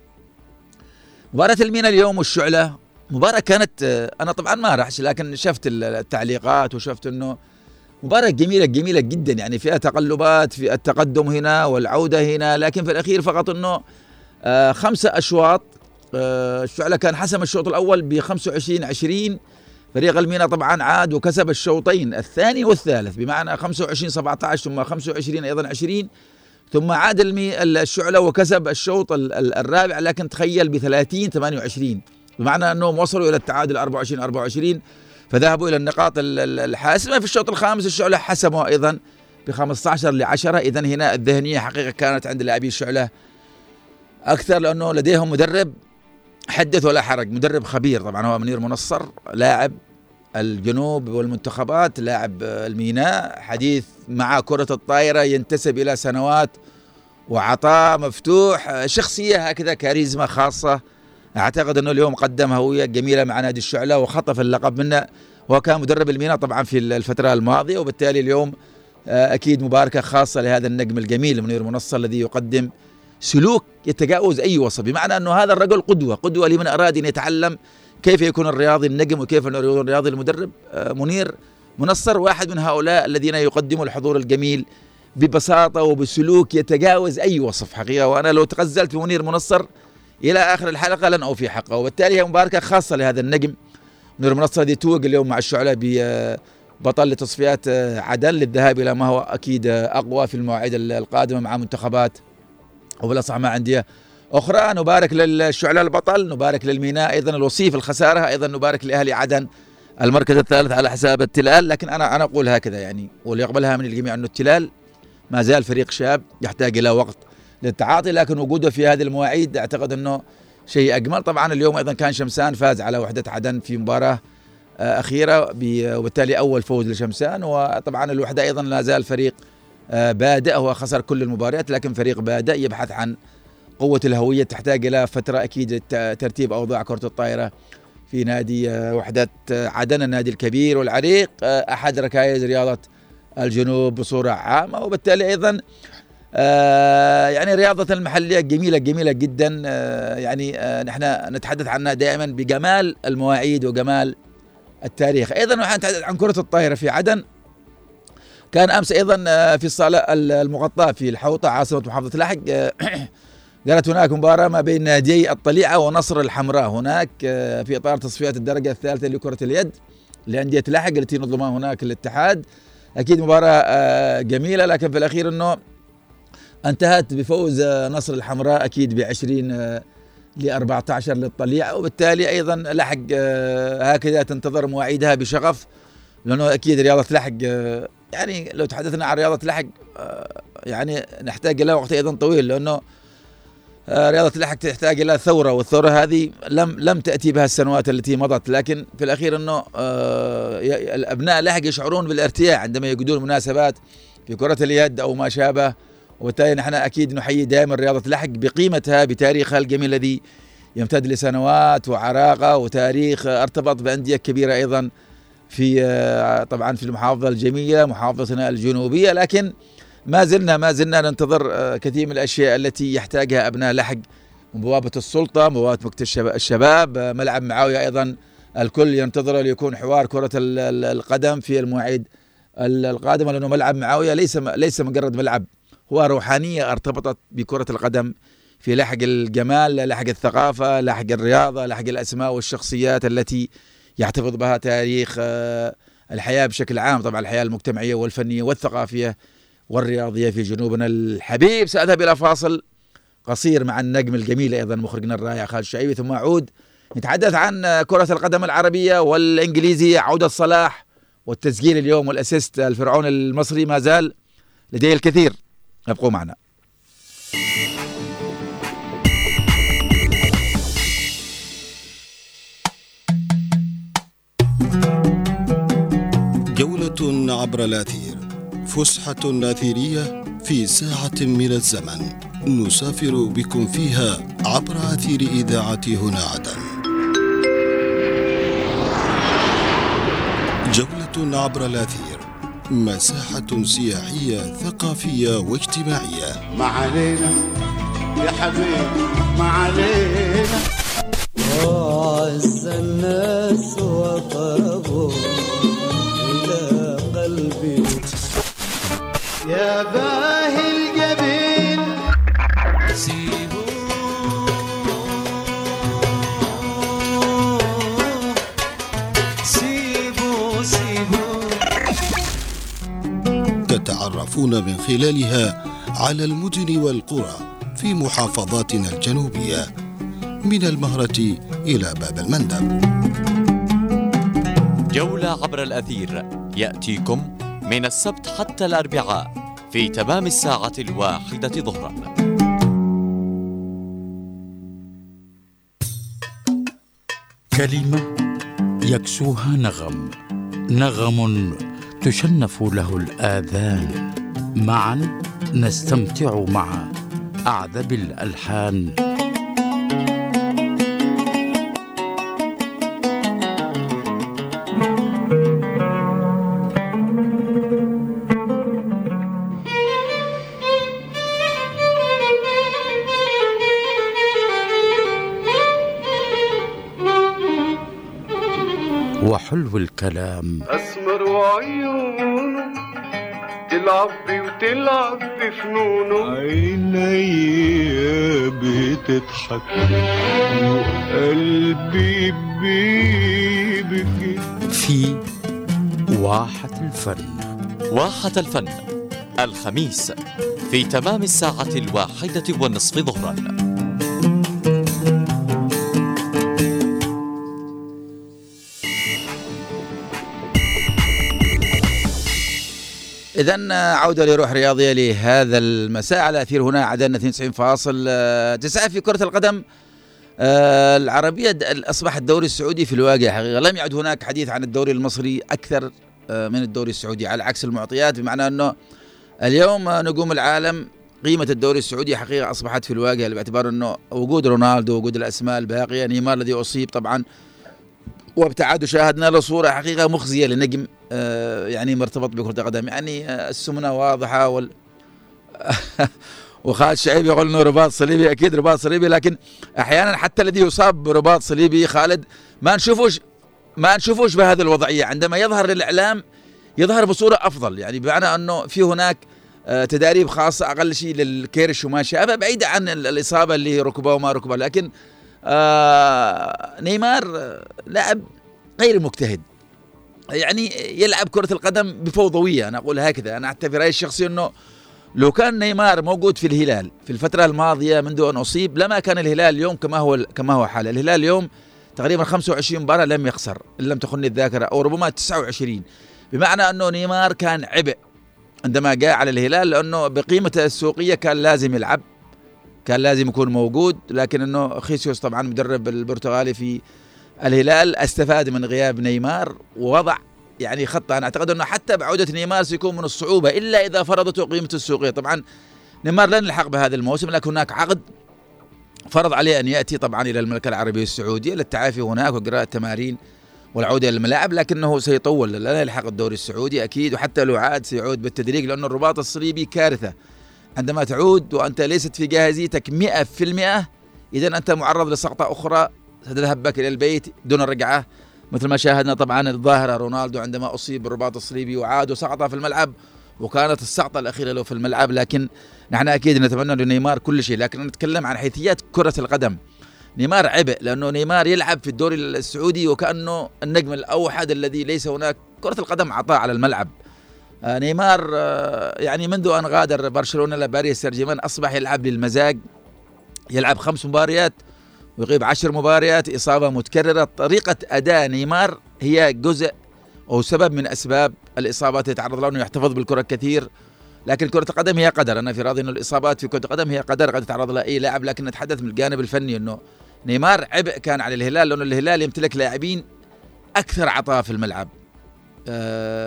مباراة المينا اليوم والشعلة مباراة كانت، أنا طبعا ما رحش لكن شفت التعليقات وشفت أنه مباراة جميلة جميلة جدا، يعني فيها تقلبات في التقدم هنا والعودة هنا، لكن في الأخير فقط أنه آه خمسة أشواط. آه الشعلة كان حسم الشوط الأول ب خمسة وعشرين عشرين، فريق المينا طبعا عاد وكسب الشوطين الثاني والثالث بمعنى خمسة وعشرين سبعة عشر ثم خمسة وعشرين أيضا عشرين، ثم عاد المي الشعلة وكسب الشوط الرابع، لكن تخيل ب ثلاثين ثمانية وعشرين، بمعنى أنهم وصلوا إلى التعادل أربعة وعشرين أربعة وعشرين، فذهبوا إلى النقاط الحاسمة. في الشوط الخامس الشعلة حسموا أيضا ب خمسة عشر لعشرة. إذن هنا الذهنية حقيقة كانت عند لاعبي الشعلة أكثر، لأنه لديهم مدرب حدث ولا حرج، مدرب خبير طبعا هو منير منصر، لاعب الجنوب والمنتخبات، لاعب الميناء، حديث مع كرة الطائرة، ينتسب إلى سنوات وعطاء مفتوح، شخصية هكذا كاريزما خاصة. أعتقد أنه اليوم قدم هوية جميلة مع نادي الشعلة وخطف اللقب منه، وكان مدرب الميناء طبعا في الفترة الماضية. وبالتالي اليوم أكيد مباركة خاصة لهذا النجم الجميل منير منصر الذي يقدم سلوك يتجاوز أي وصف، بمعنى أنه هذا الرجل قدوة قدوة لمن أراد أن يتعلم كيف يكون الرياضي النجم وكيف يكون الرياضي المدرب. منير منصر واحد من هؤلاء الذين يقدموا الحضور الجميل ببساطة وبسلوك يتجاوز أي وصف حقيقة. وأنا لو تغزلت بمنير منصر إلى آخر الحلقة لن أوفي حقه، وبالتالي هي مباركة خاصة لهذا النجم منير منصر الذي توج اليوم مع الشعلة ببطل لتصفيات عدن للذهاب إلى ما هو أكيد أقوى في المواعيد القادمة مع منتخبات وبالأصح مع أندية أخرى. نبارك للشعلة البطل، نبارك للميناء أيضا الوصيف الخسارة، أيضا نبارك لأهل عدن المركز الثالث على حساب التلال. لكن أنا أنا أقول هكذا يعني وليقبلها من الجميع أنه التلال ما زال فريق شاب يحتاج إلى وقت للتعاطي، لكن وجوده في هذه المواعيد أعتقد أنه شيء أجمل. طبعا اليوم أيضا كان شمسان فاز على وحدة عدن في مباراة أخيرة، وبالتالي أول فوز لشمسان. وطبعا الوحدة أيضا لا زال فريق بادئ، هو خسر كل المباريات لكن فريق بادئ يبحث عن قوة الهوية، تحتاج إلى فترة أكيد ترتيب أوضاع كرة الطائرة في نادي وحدة عدن، النادي الكبير والعريق، أحد ركائز رياضة الجنوب بصورة عامة. وبالتالي أيضا يعني رياضة المحلية جميلة جميلة جدا، يعني نحن نتحدث عنها دائما بجمال المواعيد وجمال التاريخ. أيضا نحن نتحدث عن كرة الطائرة في عدن. كان أمس أيضا في الصالة المغطاة في الحوطة عاصمة محافظة لحج جرت هناك مباراة ما بين نادي الطليعة ونصر الحمراء هناك في إطار تصفيات الدرجة الثالثة لكرة اليد لأندية لحج التي نظمها هناك الاتحاد. أكيد مباراة جميلة، لكن في الأخير أنه انتهت بفوز نصر الحمراء أكيد بعشرين لأربعة عشر للطليعة. وبالتالي أيضا لحج هكذا تنتظر مواعيدها بشغف، لأنه أكيد رياضة لحج يعني لو تحدثنا عن رياضة لحج يعني نحتاج إلى وقت أيضا طويل، لأنه رياضة لحج تحتاج إلى ثورة، والثورة هذه لم لم تأتي بها السنوات التي مضت. لكن في الأخير أنه الأبناء لحج يشعرون بالارتياح عندما يجدون مناسبات في كرة اليد أو ما شابه. وبالتالي نحن أكيد نحيي دائما رياضة لحج بقيمتها بتاريخها الجميل الذي يمتد لسنوات وعراقة وتاريخ ارتبط بأندية كبيرة أيضا في طبعا في المحافظة الجميلة محافظتنا الجنوبية. لكن ما زلنا ما زلنا ننتظر كثير من الأشياء التي يحتاجها أبناء لحج من بوابة السلطة، بوابة مكتب الشباب، ملعب معاوية أيضا الكل ينتظر ليكون حوار كرة القدم في المواعيد القادمة، لأنه ملعب معاوية ليس ليس مجرد ملعب، هو روحانية ارتبطت بكرة القدم في لحج الجمال، لحج الثقافة، لحج الرياضة، لحج الأسماء والشخصيات التي يحتفظ بها تاريخ الحياة بشكل عام، طبعا الحياة المجتمعية والفنية والثقافية والرياضية في جنوبنا الحبيب. سأذهب إلى فاصل قصير مع النجم الجميل أيضا مخرجنا الرائع خالد الشعيبي، ثم أعود نتحدث عن كرة القدم العربية والإنجليزية، عودة صلاح والتسجيل اليوم والأسيست الفرعون المصري ما زال لديه الكثير. ابقوا معنا. جولة عبر الأثير، فسحة أثيرية في ساعة من الزمن نسافر بكم فيها عبر أثير إذاعة هنا عدن. جولة عبر الأثير، مساحة سياحية ثقافية واجتماعية. ما علينا يا حبيبي ما علينا. وعز الناس وقربوا إلى قلبي يا باهي الجبين سيبوا سيبوا سيبوا. تتعرفون من خلالها على المدن والقرى في محافظاتنا الجنوبية، من المهرة إلى باب المندب. جولة عبر الأثير يأتيكم من السبت حتى الأربعاء في تمام الساعة الواحدة ظهرا. كلمة يكسوها نغم، نغم تشنف له الآذان. معا نستمتع مع أعذب الألحان. وحلو الكلام. أسمر وعيونه تلعب بي وتلعب بفنونه، عيني بتضحك وقلبي بيبكي. في واحة الفن. واحة الفن الخميس في تمام الساعة الواحدة والنصف ظهرا. إذن عودة لروح رياضية لهذا المساء على أثير هنا عدن اثنين وتسعين فاصل تسعة. في كرة القدم العربية أصبح الدوري السعودي في الواقع حقيقة لم يعد هناك حديث عن الدوري المصري أكثر من الدوري السعودي، على عكس المعطيات، بمعنى أنه اليوم نجوم العالم قيمة الدوري السعودي حقيقة أصبحت في الواقع، باعتبار أنه وجود رونالدو ووجود الأسماء الباقية، نيمار الذي أصيب طبعا وابتعاد، شاهدنا له صورة حقيقة مخزية لنجم آه يعني مرتبط بكرة القدم، يعني آه السمنة واضحة وال وخالد شعيب يقول انه رباط صليبي، اكيد رباط صليبي، لكن احيانا حتى الذي يصاب برباط صليبي خالد ما نشوفوش ما نشوفوش بهذه الوضعية، عندما يظهر للإعلام يظهر بصورة أفضل، يعني بمعنى أنه في هناك آه تداريب خاصة أقل شيء للكيرش وما شابه، بعيدة عن الإصابة اللي ركبها وما ركبها. لكن آه نيمار لاعب غير مجتهد، يعني يلعب كرة القدم بفوضوية، أنا أقول هكذا. أنا حتى في رأيي الشخصي أنه لو كان نيمار موجود في الهلال في الفترة الماضية منذ أن أصيب لما كان الهلال اليوم كما هو كما هو حاله. الهلال اليوم تقريبا خمسة وعشرين مباراة لم يخسر إن لم تخني الذاكرة، أو ربما تسعة وعشرين، بمعنى أنه نيمار كان عبء عندما جاء على الهلال، لأنه بقيمته السوقية كان لازم يلعب، كان لازم يكون موجود. لكن أنه خيسيوس طبعا مدرب البرتغالي في الهلال استفاد من غياب نيمار ووضع يعني خطة. أنا أعتقد أنه حتى بعودة نيمار سيكون من الصعوبة إلا إذا فرضته قيمته السوقية. طبعا نيمار لن يلحق بهذا الموسم، لكن هناك عقد فرض عليه أن يأتي طبعا إلى المملكة العربية السعودية للتعافي هناك وقراءة تمارين والعودة إلى الملاعب، لكنه سيطول لن يلحق الدوري السعودي أكيد، وحتى لو عاد سيعود بالتدريج، لأن الرباط الصليبي كارثة عندما تعود وأنت ليست في جاهزيتك مئة في المئة، إذن أنت معرض لسقطة أخرى ستذهب بك إلى البيت دون الرجعة، مثل ما شاهدنا طبعا الظاهرة رونالدو عندما أصيب بالرباط الصليبي وعاد وسقط في الملعب، وكانت السقطة الأخيرة له في الملعب. لكن نحن أكيد نتمنى لنيمار كل شيء، لكن نتكلم عن حيثيات كرة القدم. نيمار عبء، لأنه نيمار يلعب في الدوري السعودي وكأنه النجم الأوحد الذي ليس هناك. كرة القدم عطاء على الملعب. آه نيمار آه يعني منذ أن غادر برشلونة لباريس سان جيرمان أصبح يلعب للمزاج، يلعب خمس مباريات ويغيب عشر مباريات، إصابة متكررة. طريقة أداء نيمار هي جزء أو سبب من أسباب الإصابات اللي يتعرض لها، أنه يحتفظ بالكرة كثير. لكن كرة القدم هي قدر، أنا في راضي أن الإصابات في كرة القدم هي قدر قد يتعرض لها أي لاعب. لكن نتحدث من الجانب الفني، أنه نيمار عبء كان على الهلال، لأنه الهلال يمتلك لاعبين أكثر عطاء في الملعب. آه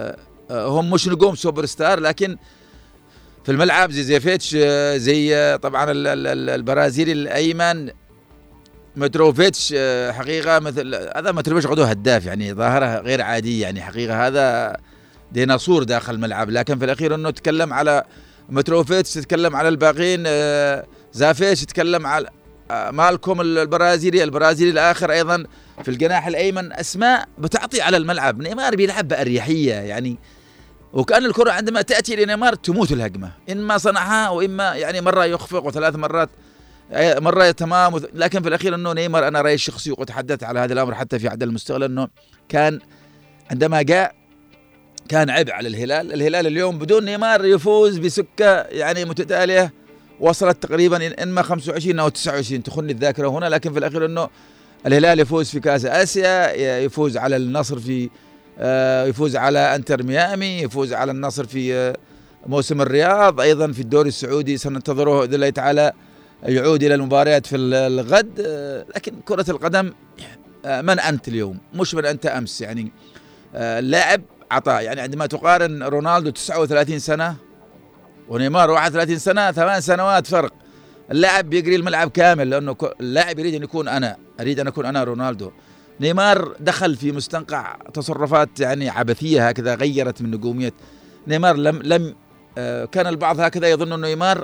هم مش نجوم سوبر ستار، لكن في الملعب زي زيفيتش، زي طبعا البرازيلي الايمن متروفيتش، حقيقه مثل هذا متروفيتش غدوه هداف، يعني ظاهره غير عاديه، يعني حقيقه هذا ديناصور داخل الملعب. لكن في الاخير انه تكلم على متروفيتش، تتكلم على الباقيين، زافيتش، تتكلم على مالكوم البرازيلي البرازيلي الاخر ايضا في الجناح الايمن، اسماء بتعطي على الملعب. نيمار بيلعب باريحيه يعني، وكأن الكرة عندما تأتي لنيمار تموت الهجمة، إما صنعها وإما يعني مرة يخفق وثلاث مرات مرة تمام. لكن في الأخير أنه نيمار أنا رأيي الشخصي وتحدثت على هذا الأمر حتى في عدد المستقبل، أنه كان عندما جاء كان عبء على الهلال. الهلال اليوم بدون نيمار يفوز بسكة يعني متتالية وصلت تقريبا إما خمسة وعشرين أو تسعة وعشرين تخني الذاكرة هنا. لكن في الأخير أنه الهلال يفوز في كأس آسيا، يفوز على النصر في يفوز على انتر ميامي، يفوز على النصر في موسم الرياض، ايضا في الدوري السعودي سننتظره باذن الله تعالى يعود الى المباريات في الغد. لكن كرة القدم من انت اليوم مش من انت امس، يعني اللاعب عطاء. يعني عندما تقارن رونالدو تسعة وثلاثين سنة ونيمار واحد وثلاثين سنة، ثمان سنوات فرق. اللاعب بيجري الملعب كامل، لانه اللاعب يريد ان يكون انا اريد ان اكون انا رونالدو. نيمار دخل في مستنقع تصرفات يعني عبثية هكذا غيرت من نجومية نيمار. لم لم آه كان البعض هكذا يظن أن نيمار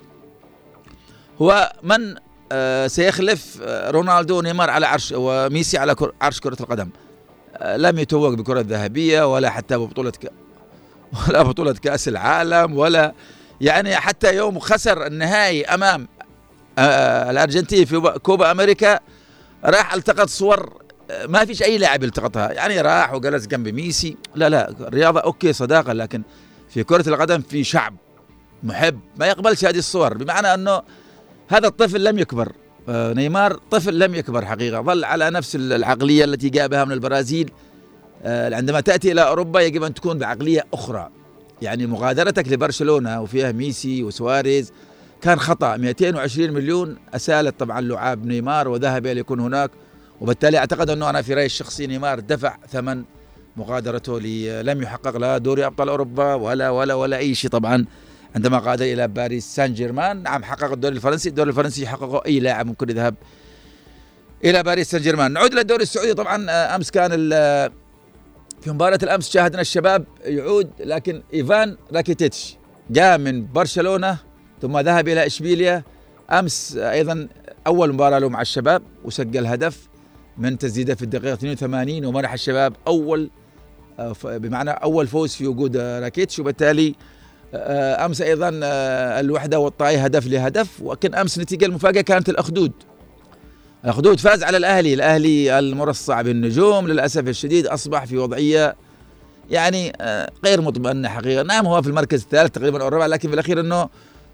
هو من آه سيخلف آه رونالدو ونيمار على عرش وميسي على عرش كرة القدم. آه لم يتوج بكرة ذهبية ولا حتى ببطولة ك... ولا بطولة كأس العالم، ولا يعني حتى يوم خسر النهائي أمام آه الأرجنتين في كوبا أمريكا راح التقط صور ما فيش أي لاعب التقطها، يعني راح وجلس جنب ميسي. لا لا الرياضة أوكي صداقة، لكن في كرة القدم في شعب محب ما يقبلش هذه الصور، بمعنى أنه هذا الطفل لم يكبر. نيمار طفل لم يكبر حقيقة، ظل على نفس العقلية التي جاء بها من البرازيل. عندما تأتي إلى أوروبا يجب أن تكون بعقلية أخرى. يعني مغادرتك لبرشلونة وفيها ميسي وسواريز كان خطأ. مئتين وعشرين مليون أسالت طبعا لعاب نيمار وذهب ليكون هناك، وبالتالي أعتقد أنه أنا في رأيي الشخصي نيمار دفع ثمن مغادرته، لم يحقق لا دوري أبطال أوروبا ولا ولا ولا أي شيء. طبعا عندما غادر إلى باريس سان جيرمان، نعم حقق الدوري الفرنسي، الدوري الفرنسي يحققه أي لاعب ممكن يذهب إلى باريس سان جيرمان. نعود إلى الدوري السعودي. طبعا أمس كان في مباراة الأمس شاهدنا الشباب يعود، لكن إيفان راكيتيتش جاء من برشلونة ثم ذهب إلى إشبيليا. أمس أيضا أول مباراة له مع الشباب وسجل هدف من تسديده في الدقيقة اثنين وثمانين، ومنح الشباب أول بمعنى أول فوز في وجود راكيتش. وبالتالي أمس أيضا الوحدة والطائي هدف لهدف. وكان أمس نتيجة المفاجأة كانت الأخدود. الأخدود فاز على الأهلي، الأهلي المرصع بالنجوم للأسف الشديد أصبح في وضعية يعني غير مطمئنة حقيقة. نعم هو في المركز الثالث تقريبا أو الرابع، لكن في الأخير أنه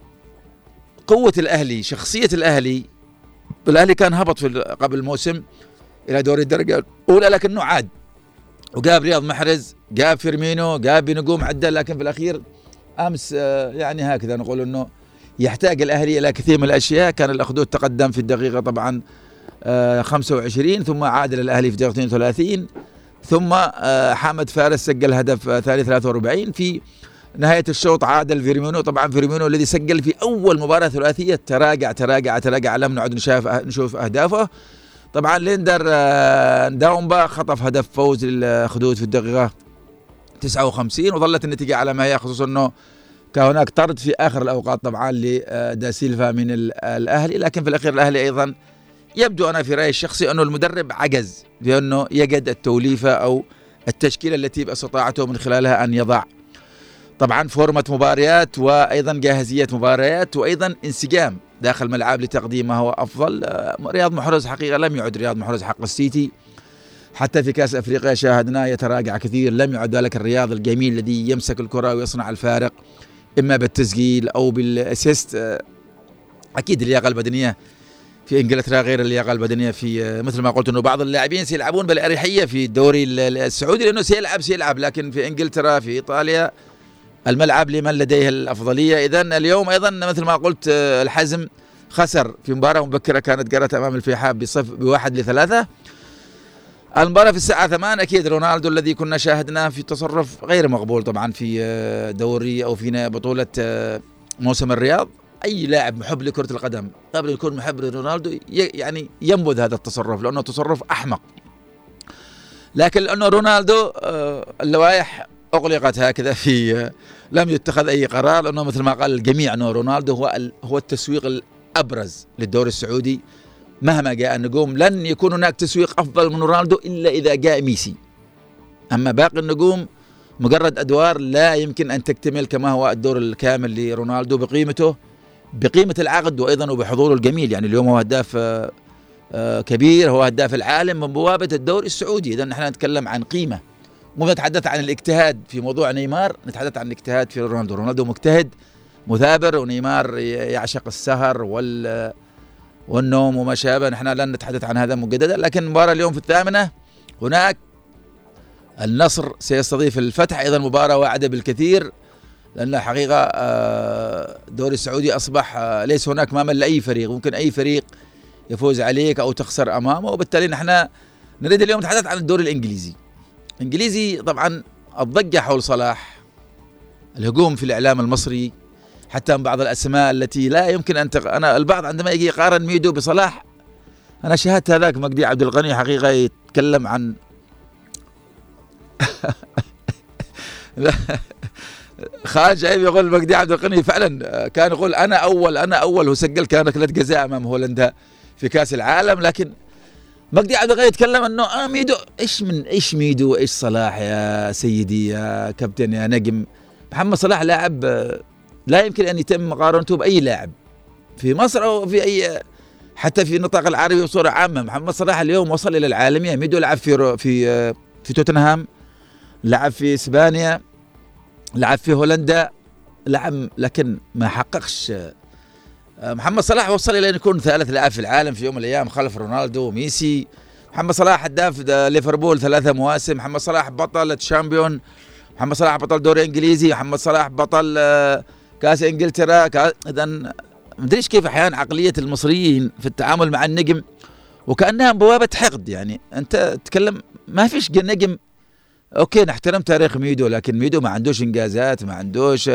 قوة الأهلي، شخصية الأهلي. الأهلي كان هبط في قبل الموسم إلى دوري الدرجة الأولى، لكنه عاد وجاب رياض محرز، جاب فيرمينو، جاب بنجوم عدة. لكن في الأخير أمس يعني هكذا نقول أنه يحتاج الأهلي إلى كثير من الأشياء. كان الأخدود تقدم في الدقيقة طبعا خمسة وعشرين، ثم عاد الأهلي في الدقيقة اثنين وثلاثين، ثم حامد فارس سجل هدف ثاني ثلاثة وأربعين. في نهاية الشوط عادل فيرمينو. طبعا فيرمينو الذي سجل في أول مباراة ثلاثية تراجع تراجع تراجع لم نعد نشوف نشوف أهدافه. طبعا ليندر داومبا خطف هدف فوز للأخدود في الدقيقة تسعة وخمسين، وظلت النتيجة على ما هي، خصوصا أنه كان هناك طرد في آخر الأوقات طبعا لدا سيلفا من الأهلي. لكن في الأخير الأهلي أيضا يبدو أنا في رأيي الشخصي أنه المدرب عجز بأنه يجد التوليفة أو التشكيلة التي استطاعته من خلالها أن يضع طبعا فورمة مباريات وأيضا جاهزية مباريات وأيضا انسجام داخل الملعب لتقديم ما هو أفضل. رياض محرز حقيقة لم يعد رياض محرز حق السيتي، حتى في كأس أفريقيا شاهدناه يتراجع كثير. لم يعد ذلك الرياض الجميل الذي يمسك الكرة ويصنع الفارق إما بالتسجيل أو بالأسيست. أكيد اللياقة البدنية في إنجلترا غير اللياقة البدنية في مثل ما قلت أنه بعض اللاعبين سيلعبون بالأريحية في الدوري السعودي لأنه سيلعب سيلعب لكن في إنجلترا في إيطاليا الملعب لمن لديه الأفضلية. إذن اليوم أيضا مثل ما قلت الحزم خسر في مباراة مبكرة كانت جرت أمام الفيحاء بصف بواحد لثلاثة. المباراة في الساعة ثمانية أكيد رونالدو الذي كنا شاهدناه في تصرف غير مقبول طبعا في دوري أو في بطولة موسم الرياض. أي لاعب محب لكرة القدم قبل يكون محب لرونالدو يعني ينبذ هذا التصرف لأنه تصرف أحمق. لكن لأنه رونالدو اللوائح أغلقت هكذا في لم يتخذ أي قرار، لأنه مثل ما قال الجميع أنه رونالدو هو هو التسويق الأبرز للدوري السعودي. مهما جاء النجوم لن يكون هناك تسويق أفضل من رونالدو إلا إذا جاء ميسي. أما باقي النجوم مجرد أدوار لا يمكن أن تكتمل كما هو الدور الكامل لرونالدو بقيمته بقيمة العقد وأيضا وبحضوره الجميل. يعني اليوم هو هداف كبير، هو هداف العالم من بوابة الدوري السعودي. إذا نحن نتكلم عن قيمة، مو نتحدث عن الاجتهاد في موضوع نيمار، نتحدث عن الاجتهاد في رونالدو. رونالدو مجتهد مثابر، ونيمار يعشق السهر وال والنوم وما شابه. نحن لن نتحدث عن هذا مجددا. لكن مباراة اليوم في الثامنة هناك النصر سيستضيف الفتح، أيضا مباراة واعدة بالكثير، لأن حقيقة الدوري السعودي أصبح ليس هناك مامل لأي فريق، ممكن أي فريق يفوز عليك أو تخسر أمامه. وبالتالي نحن نريد اليوم نتحدث عن الدوري الإنجليزي. الإنجليزي طبعا الضجة حول صلاح، الهجوم في الإعلام المصري، حتى من بعض الأسماء التي لا يمكن أن تق... أنا البعض عندما يجي يقارن ميدو بصلاح، أنا شاهدت هذاك مجدي عبد الغني حقيقة يتكلم عن خالد جايب يقول مجدي عبد الغني فعلا كان يقول أنا أول أنا أول وسجل كان ركلة جزاء أمام هولندا في كأس العالم. لكن مجدي عبد الغني يتكلم أنه آه ميدو إيش من إيش ميدو إيش صلاح يا سيدي يا كابتن يا نجم. محمد صلاح لاعب لا يمكن أن يتم مقارنته بأي لاعب في مصر أو في أي حتى في النطاق العربي بصورة عامة. محمد صلاح اليوم وصل إلى العالمية. ميدو لعب في في في توتنهام، لعب في إسبانيا، لعب في هولندا، لعب لكن ما حققش. محمد صلاح وصل إلى أن يكون ثالث لاعب في العالم في يوم من الأيام خلف رونالدو وميسي. محمد صلاح هداف ليفربول ثلاثة مواسم. محمد صلاح بطل تشامبيون. محمد صلاح بطل دوري إنجليزي. محمد صلاح بطل كأس إنجلترا. إذا ما أدريش كيف أحيانا عقلية المصريين في التعامل مع النجم وكأنها بوابة حقد. يعني أنت تتكلم ما فيش نجم، أوكي نحترم تاريخ ميدو، لكن ميدو ما عندوش إنجازات، ما عندوش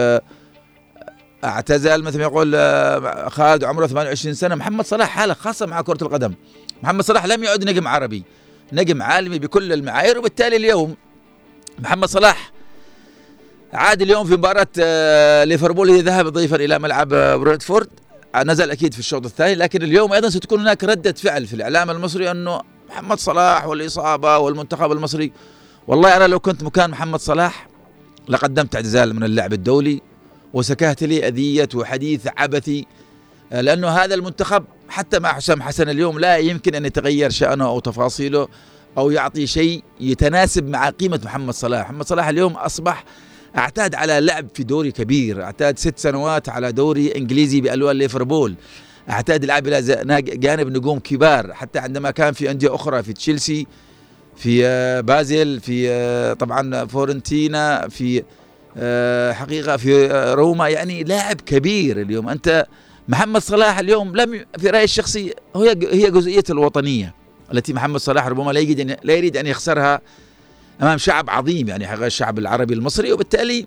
اعتزل مثل ما يقول خالد عمره ثمانية وعشرين سنة. محمد صلاح حالة خاصة مع كرة القدم. محمد صلاح لم يعد نجم عربي، نجم عالمي بكل المعايير. وبالتالي اليوم محمد صلاح عاد اليوم في مباراة ليفربول، ذهب ضيفا إلى ملعب برينتفورد، نزل أكيد في الشوط الثاني. لكن اليوم أيضا ستكون هناك ردة فعل في الإعلام المصري أنه محمد صلاح والإصابة والمنتخب المصري. والله أنا لو كنت مكان محمد صلاح لقدمت اعتزال من اللعب الدولي وسكهت لي أذية وحديث عبثي، لأنه هذا المنتخب حتى مع حسام حسن اليوم لا يمكن أن يتغير شأنه أو تفاصيله أو يعطي شيء يتناسب مع قيمة محمد صلاح. محمد صلاح اليوم أصبح اعتاد على لعب في دوري كبير، اعتاد ست سنوات على دوري إنجليزي بألوان ليفربول، اعتاد العب إلى جانب نجوم كبار، حتى عندما كان في أندية أخرى في تشيلسي، في بازل، في طبعا فورنتينا، في حقيقة في روما. يعني لاعب كبير. اليوم أنت محمد صلاح اليوم لم في رأيي الشخصي هي هي جزئية الوطنية التي محمد صلاح ربما لا يريد لا يريد أن يخسرها أمام شعب عظيم، يعني حقيقة الشعب العربي المصري. وبالتالي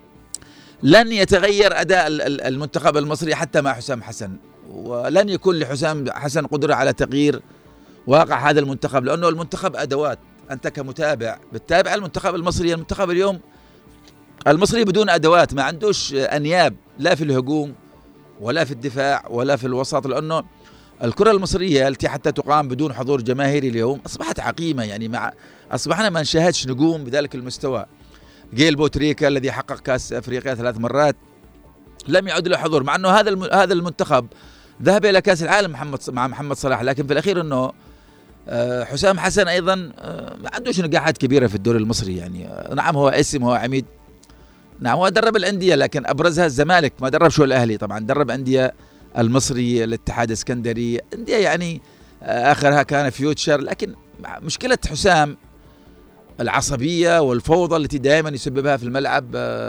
لن يتغير أداء المنتخب المصري حتى مع حسام حسن، ولن يكون لحسام حسن قدرة على تغيير واقع هذا المنتخب، لأنه المنتخب أدوات. أنت كمتابع بتتابع المنتخب المصري. المنتخب اليوم المصري بدون أدوات، ما عندوش أنياب لا في الهجوم ولا في الدفاع ولا في الوسط، لأنه الكرة المصرية التي حتى تقام بدون حضور جماهيري اليوم أصبحت عقيمة. يعني مع أصبحنا ما نشاهدش نجوم بذلك المستوى. جيل بوتريكا الذي حقق كأس أفريقيا ثلاث مرات لم يعد له حضور، مع أنه هذا هذا المنتخب ذهب إلى كأس العالم محمد مع محمد صلاح. لكن في الأخير أنه حسام حسن أيضا ما عندوش نجاحات كبيرة في الدوري المصري. يعني نعم هو اسم، هو عميد، نعم هو درب الأندية، لكن أبرزها الزمالك، ما درب شو الأهلي. طبعا درب أندية المصري، الاتحاد الاسكندري، أندية يعني آخرها كان فيوتشر. لكن مشكلة حسام العصبية والفوضى التي دائما يسببها في الملعب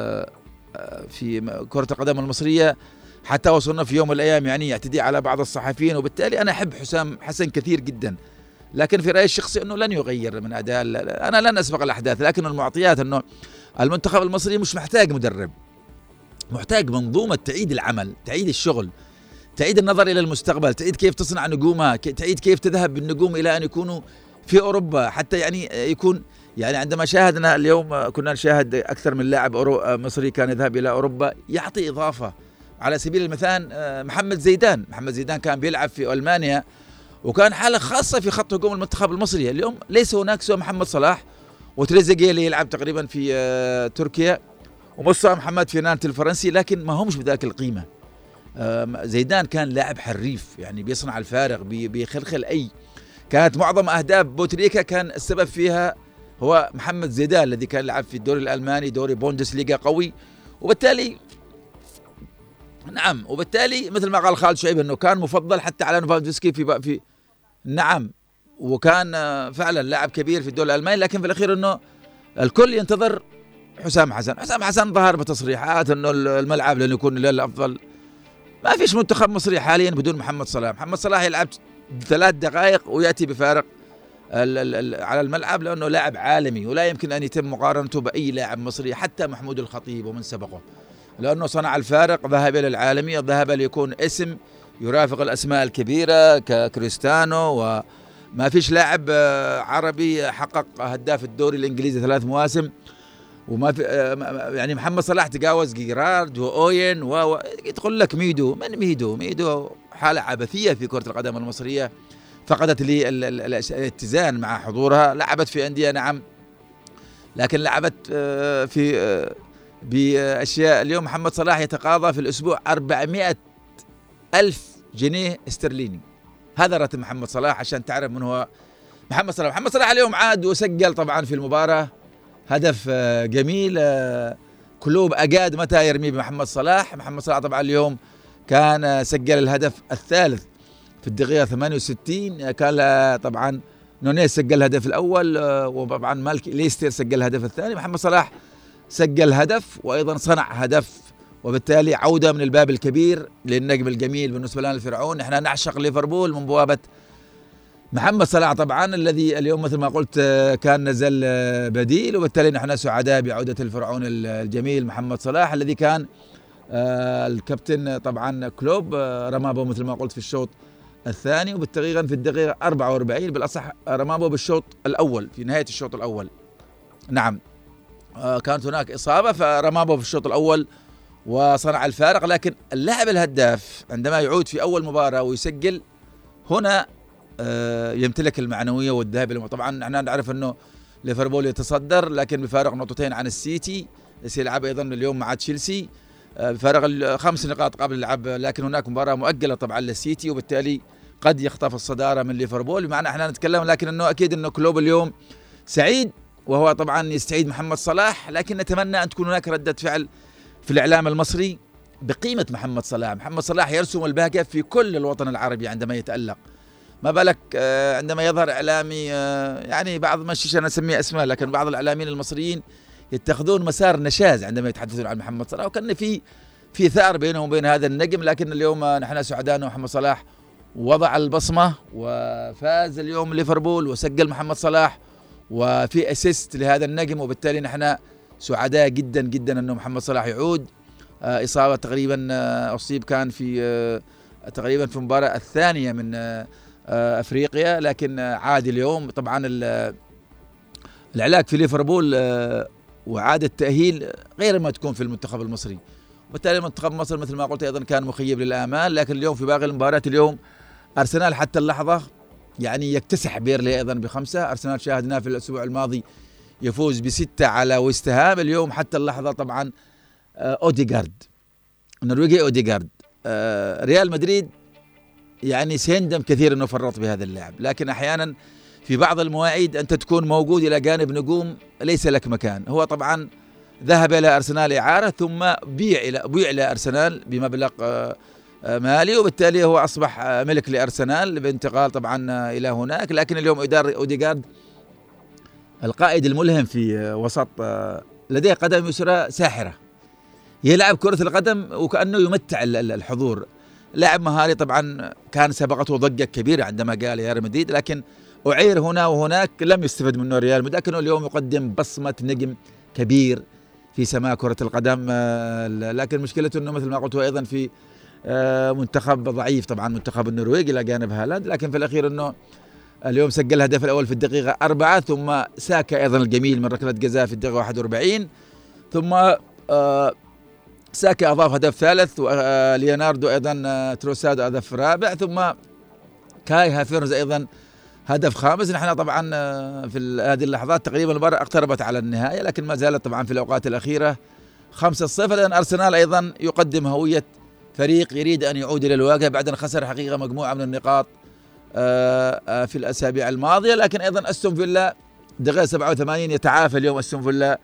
في كرة القدم المصرية، حتى وصلنا في يوم من الأيام يعني يعتدي على بعض الصحفيين. وبالتالي أنا أحب حسام حسن كثير جدا، لكن في رأيي الشخصي أنه لن يغير من أداء. أنا لن أسبق الأحداث، لكن المعطيات أنه المنتخب المصري مش محتاج مدرب، محتاج منظومة تعيد العمل، تعيد الشغل، تعيد النظر إلى المستقبل، تعيد كيف تصنع نجومها، تعيد كيف تذهب بالنجوم إلى أن يكونوا في أوروبا، حتى يعني يكون يعني عندما شاهدنا اليوم كنا نشاهد أكثر من لاعب مصري كان يذهب إلى أوروبا يعطي إضافة. على سبيل المثال محمد زيدان، محمد زيدان كان بيلعب في ألمانيا وكان حالة خاصة في خط هجوم المنتخب المصري. اليوم ليس هناك سوى محمد صلاح وتريزيجيه اللي يلعب تقريبا في تركيا ومصطفى محمد في نانت الفرنسي، لكن ما همش بذاك القيمة. زيدان كان لاعب حريف، يعني بيصنع الفارق، بيخلخل أي. كانت معظم أهداف بوتريكا كان السبب فيها هو محمد زيدان الذي كان لعب في الدوري الألماني، دوري بوندسليغا قوي، وبالتالي نعم وبالتالي مثل ما قال خالد شعيب انه كان مفضل حتى على نوفالدوفسكي في في نعم، وكان فعلا لاعب كبير في الدوري الألماني، لكن في الأخير انه الكل ينتظر حسام حسن. حسام حسن ظهر بتصريحات انه الملعب لن يكون له الافضل. ما فيش منتخب مصري حاليا بدون محمد صلاح. محمد صلاح يلعب ثلاث دقائق وياتي بفارق على الملعب لانه لاعب عالمي، ولا يمكن ان يتم مقارنته باي لاعب مصري حتى محمود الخطيب ومن سبقه، لانه صنع الفارق، ذهب الى العالميه، ذهب ليكون اسم يرافق الاسماء الكبيره ككريستيانو، وما فيش لاعب عربي حقق هداف الدوري الانجليزي ثلاث مواسم، وما في يعني محمد صلاح تجاوز جيرارد واوين ويدخل لك ميدو. من ميدو؟ ميدو حاله عبثيه في كره القدم المصريه، فقدت لي الاتزان مع حضورها. لعبت في انديه نعم، لكن لعبت في باشياء. اليوم محمد صلاح يتقاضى في الاسبوع أربعمائة ألف جنيه استرليني، هذا راتب محمد صلاح عشان تعرف من هو محمد صلاح. محمد صلاح اليوم عاد وسجل طبعا في المباراه هدف جميل. كلوب أجاد متى يرمي بمحمد صلاح. محمد صلاح طبعا اليوم كان سجل الهدف الثالث في الدقيقة ثمانية وستين، كان طبعا نونيز سجل الهدف الأول، وطبعا مالك ليستر سجل الهدف الثاني. محمد صلاح سجل هدف وأيضا صنع هدف، وبالتالي عودة من الباب الكبير للنجم الجميل بالنسبة لنا الفرعون. نحن نعشق ليفربول من بوابة محمد صلاح طبعا، الذي اليوم مثل ما قلت كان نزل بديل، وبالتالي نحن سعداء بعودة الفرعون الجميل محمد صلاح، الذي كان الكابتن طبعا كلوب رمى به مثل ما قلت في الشوط الثاني، وبالتقريبا في الدقيقة أربعة وأربعين بالأصح رمى به بالشوط الأول في نهاية الشوط الأول. نعم كانت هناك إصابة فرمى به في الشوط الأول وصنع الفارق. لكن اللاعب الهداف عندما يعود في أول مباراة ويسجل هنا يمتلك المعنوية والذهاب. طبعا نحن نعرف أنه ليفربول يتصدر لكن بفارق نقطتين عن السيتي، سيلعب أيضا اليوم مع تشيلسي بفارق خمس نقاط قبل اللعب، لكن هناك مباراة مؤجلة طبعا للسيتي، وبالتالي قد يخطف الصدارة من ليفربول. بمعنى احنا نتكلم، لكن أنه أكيد أنه كلوب اليوم سعيد، وهو طبعا يستعيد محمد صلاح، لكن نتمنى أن تكون هناك ردة فعل في الإعلام المصري بقيمة محمد صلاح. محمد صلاح يرسم البهجة في كل الوطن العربي عندما يتألق، ما بالك عندما يظهر إعلامي يعني بعض مش أنا أسميه أسماء، لكن بعض الإعلاميين المصريين يتخذون مسار نشاز عندما يتحدثون عن محمد صلاح، وكان في في ثار بينهم وبين هذا النجم. لكن اليوم نحن سعداء أن محمد صلاح وضع البصمة وفاز اليوم ليفربول وسجل محمد صلاح وفي أسيست لهذا النجم، وبالتالي نحن سعداء جدا جدا أنه محمد صلاح يعود. إصابة تقريبا أصيب كان في تقريبا في المباراة الثانية من أفريقيا، لكن عاد اليوم. طبعا العلاج في ليفربول وعادة التأهيل غير ما تكون في المنتخب المصري، وبالتالي منتخب مصر مثل ما قلت أيضا كان مخيب للآمال. لكن اليوم في باقي المباريات اليوم أرسنال حتى اللحظة يعني يكتسح بيرلي أيضا بخمسة. أرسنال شاهدناه في الأسبوع الماضي يفوز بستة على ويست هام. اليوم حتى اللحظة طبعا أوديغارد النرويجي أوديغارد ريال مدريد يعني سيندم كثير أنه فرط بهذا اللاعب، لكن أحيانا في بعض المواعيد أنت تكون موجود إلى جانب نجوم ليس لك مكان. هو طبعا ذهب إلى أرسنال إعارة ثم بيع إلى بيع إلى أرسنال بمبلغ مالي، وبالتالي هو أصبح ملك لأرسنال بانتقال طبعا إلى هناك. لكن اليوم إدار أوديغارد القائد الملهم في وسط، لديه قدم يسرى ساحرة، يلعب كرة القدم وكأنه يمتع الحضور. لاعب مهاري طبعا، كان سبقته ضجة كبيرة عندما جاء لريال مدريد، لكن أعير هنا وهناك لم يستفد منه ريال مدريد، لكنه اليوم يقدم بصمة نجم كبير في سماء كرة القدم. لكن مشكلته أنه مثل ما قلت هو أيضا في منتخب ضعيف، طبعا منتخب النرويج إلى جانب هالاند، لكن في الأخير أنه اليوم سجل الهدف الأول في الدقيقة أربعة، ثم ساكا أيضا الجميل من ركلة جزاء في الدقيقة واحد وأربعين، ثم ساكا أضاف هدف ثالث، وليوناردو أيضا تروسادو هدف رابع، ثم كاي هافيرنز أيضا هدف خامس. نحن طبعا في هذه اللحظات تقريبا المباراة اقتربت على النهاية، لكن ما زالت طبعا في الأوقات الأخيرة خمسة صفر، لأن أرسنال أيضا يقدم هوية فريق يريد أن يعود إلى الواجهة بعد أن خسر حقيقة مجموعة من النقاط في الأسابيع الماضية. لكن أيضا أستون فيلا دقيقة سبعة وثمانين يتعافى اليوم أستون فيلا،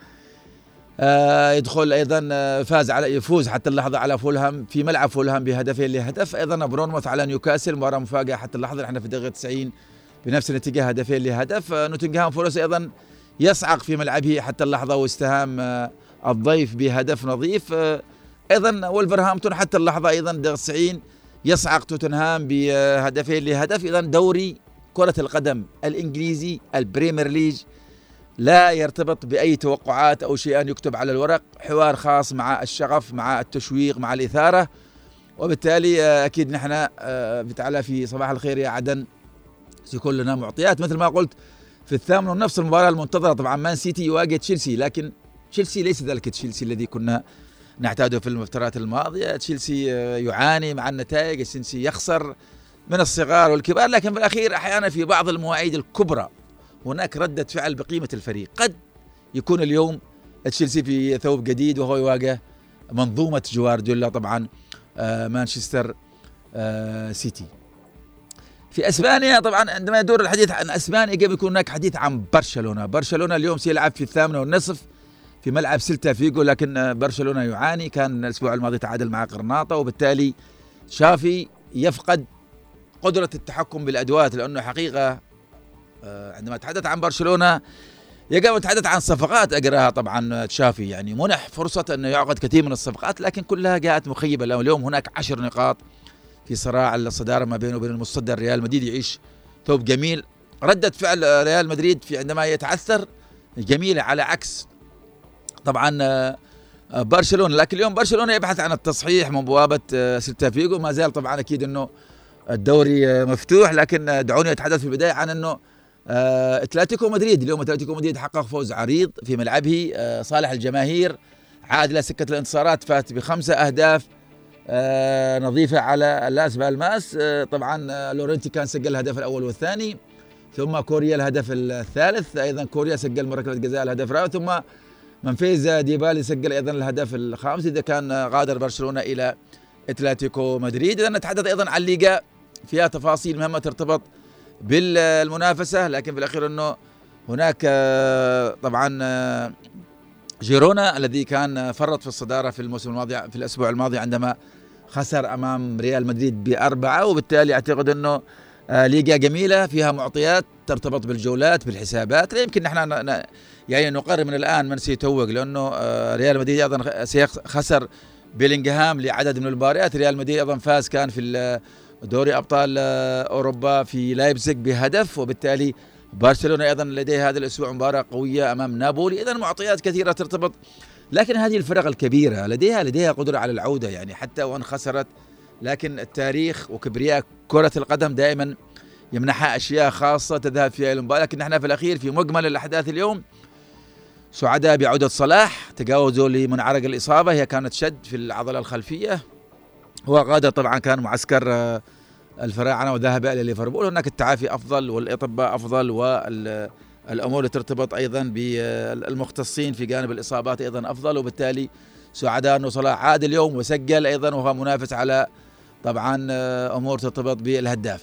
يدخل أيضا فاز على يفوز حتى اللحظة على فولهام في ملعب فولهام بهدفين لهدف. أيضا برونموث على نيوكاسل مباراة مفاجأة حتى اللحظة، نحن في الدقيقة تسعين بنفس النتيجة هدفين لهدف. نوتنغهام فورست أيضا يصعق في ملعبه حتى اللحظة واستهام الضيف بهدف نظيف. أيضا وولفرهامبتون حتى اللحظة أيضا الدقيقة تسعين يصعق توتنهام بهدفين لهدف. إذا دوري كرة القدم الإنجليزي البريمير ليج لا يرتبط بأي توقعات أو شيء يكتب على الورق، حوار خاص مع الشغف مع التشويق مع الإثارة. وبالتالي أكيد نحن بتعالى في صباح الخير يا عدن سيكون لنا معطيات مثل ما قلت في الثامن ونفس المباراة المنتظرة. طبعا مان سيتي يواجه تشيلسي، لكن تشيلسي ليس ذلك تشيلسي الذي كنا نعتاده في الفترات الماضية. تشيلسي يعاني مع النتائج، تشيلسي يخسر من الصغار والكبار، لكن في الأخير أحيانا في بعض المواعيد الكبرى هناك ردة فعل بقيمة الفريق. قد يكون اليوم تشيلسي في ثوب جديد وهو يواجه منظومة جوارديولا طبعا مانشستر سيتي. في اسبانيا طبعا عندما يدور الحديث عن اسبانيا يجب يكون هناك حديث عن برشلونة. برشلونة اليوم سيلعب في الثامنة والنصف في ملعب سيلتا فيجو، لكن برشلونة يعاني، كان الاسبوع الماضي تعادل مع قرناطة، وبالتالي شافي يفقد قدرة التحكم بالادوات، لانه حقيقة عندما تحدث عن برشلونة يجب يتحدث عن صفقات اجراها طبعا تشافي، يعني منح فرصة انه يعقد كثير من الصفقات لكن كلها جاءت مخيبة. اليوم هناك عشر نقاط في صراع الصدارة ما بينه وبين المتصدر ريال مدريد يعيش ثوب جميل. ردة فعل ريال مدريد في عندما يتعثر جميلة على عكس طبعا برشلونة، لكن اليوم برشلونة يبحث عن التصحيح من بوابة سيلتا فيجو. ما زال طبعا أكيد أنه الدوري مفتوح، لكن دعوني أتحدث في البداية عن أنه اتلتيكو مدريد اليوم اتلتيكو مدريد حقق فوز عريض في ملعبه صالح الجماهير، عاد إلى سكة الانتصارات، فات بخمسة أهداف آه نظيفة على لاس بالماس. آه طبعا آه لورنتي كان سجل الهدف الأول والثاني، ثم كوريا الهدف الثالث، أيضا كوريا سجل مركلة جزاء الهدف الرابع، ثم منفيز ديبالي سجل أيضا الهدف الخامس. إذا كان غادر برشلونة إلى اتلتيكو مدريد. إذا نتحدث أيضا عن الليغا فيها تفاصيل مهمة ترتبط بالمنافسة، لكن في الأخير أنه هناك آه طبعا آه جيرونا الذي كان فرط في الصدارة في الموسم الماضي في الأسبوع الماضي عندما خسر أمام ريال مدريد بأربعة، وبالتالي أعتقد أنه ليغا جميلة فيها معطيات ترتبط بالجولات بالحسابات. لا يمكن نحن يعني نقرر من الآن من سيتوج، لأنه ريال مدريد أيضا خسر بيلينغهام لعدد من المباريات. ريال مدريد أيضا فاز كان في دوري أبطال أوروبا في لايبزيغ بهدف، وبالتالي برشلونة أيضا لديه هذا الأسبوع مباراة قوية أمام نابولي. إذن معطيات كثيرة ترتبط، لكن هذه الفرق الكبيرة لديها لديها قدرة على العودة، يعني حتى وإن خسرت، لكن التاريخ وكبرياء كرة القدم دائما يمنحها أشياء خاصة تذهب فيها المباراة. لكن نحن في الأخير في مجمل الأحداث اليوم سعداء بعودة صلاح، تجاوزه لمنعرج الإصابة، هي كانت شد في العضلة الخلفية. هو غادر طبعا كان معسكر الفراعنة وذهب إلى ليفربول، هناك التعافي أفضل والأطباء أفضل، والأمور اللي ترتبط أيضا بالمختصين في جانب الإصابات أيضا أفضل، وبالتالي سعداء أنه صلاح عاد اليوم وسجل أيضا، وهو منافس على طبعا أمور ترتبط بالهداف.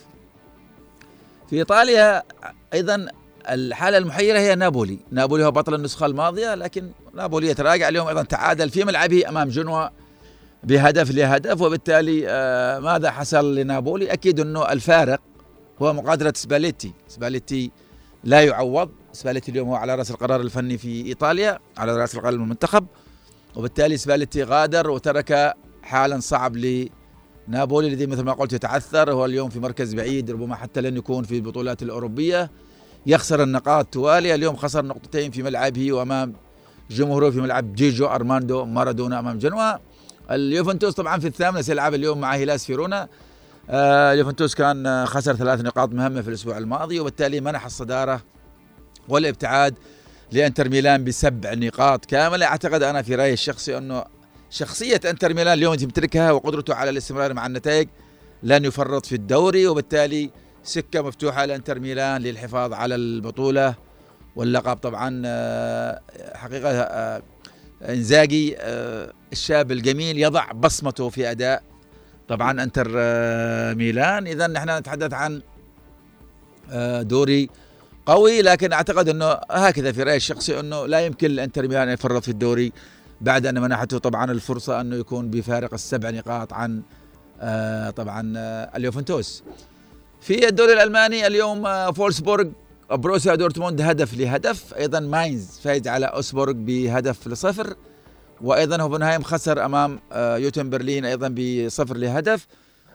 في إيطاليا أيضا الحالة المحيرة هي نابولي. نابولي هو بطل النسخة الماضية، لكن نابولي يتراجع اليوم، أيضا تعادل في ملعبه أمام جنوا بهدف لهدف، وبالتالي آه ماذا حصل لنابولي؟ أكيد أنه الفارق هو مقادرة سباليتي. سباليتي لا يعوض، سباليتي اليوم هو على رأس القرار الفني في إيطاليا، على رأس القرار المنتخب، وبالتالي سباليتي غادر وترك حالا صعب نابولي الذي مثل ما قلت يتعثر، هو اليوم في مركز بعيد، ربما حتى لن يكون في البطولات الأوروبية، يخسر النقاط توالي. اليوم خسر نقطتين في ملعبه وأمام جمهوره في ملعب جيجو أرماندو مارادونا أمام جنوا. اليوفنتوس طبعا في الثامنة سيلعب اليوم مع هيلاس فيرونا. آه اليوفنتوس كان خسر ثلاث نقاط مهمة في الأسبوع الماضي، وبالتالي منح الصدارة والابتعاد لأنتر ميلان بسبع نقاط كاملة. أعتقد أنا في رأيي الشخصي أنه شخصية أنتر ميلان اليوم تمتلكها وقدرته على الاستمرار مع النتائج لن يفرط في الدوري، وبالتالي سكة مفتوحة لأنتر ميلان للحفاظ على البطولة واللقب. طبعا حقيقة إنزاغي الشاب الجميل يضع بصمته في أداء طبعا أنتر ميلان. إذا نحن نتحدث عن دوري قوي، لكن أعتقد أنه هكذا في رأيي الشخصي أنه لا يمكن لأنتر ميلان أن يفرط في الدوري بعد أن منحته طبعا الفرصة أنه يكون بفارق السبع نقاط عن طبعا اليوفنتوس. في الدوري الألماني اليوم فولسبورغ بروسيا دورتموند هدف لهدف، أيضا ماينز فاز على أوسبورغ بهدف لصفر، وأيضا هوفنهايم خسر أمام يوتن برلين أيضا بصفر لهدف.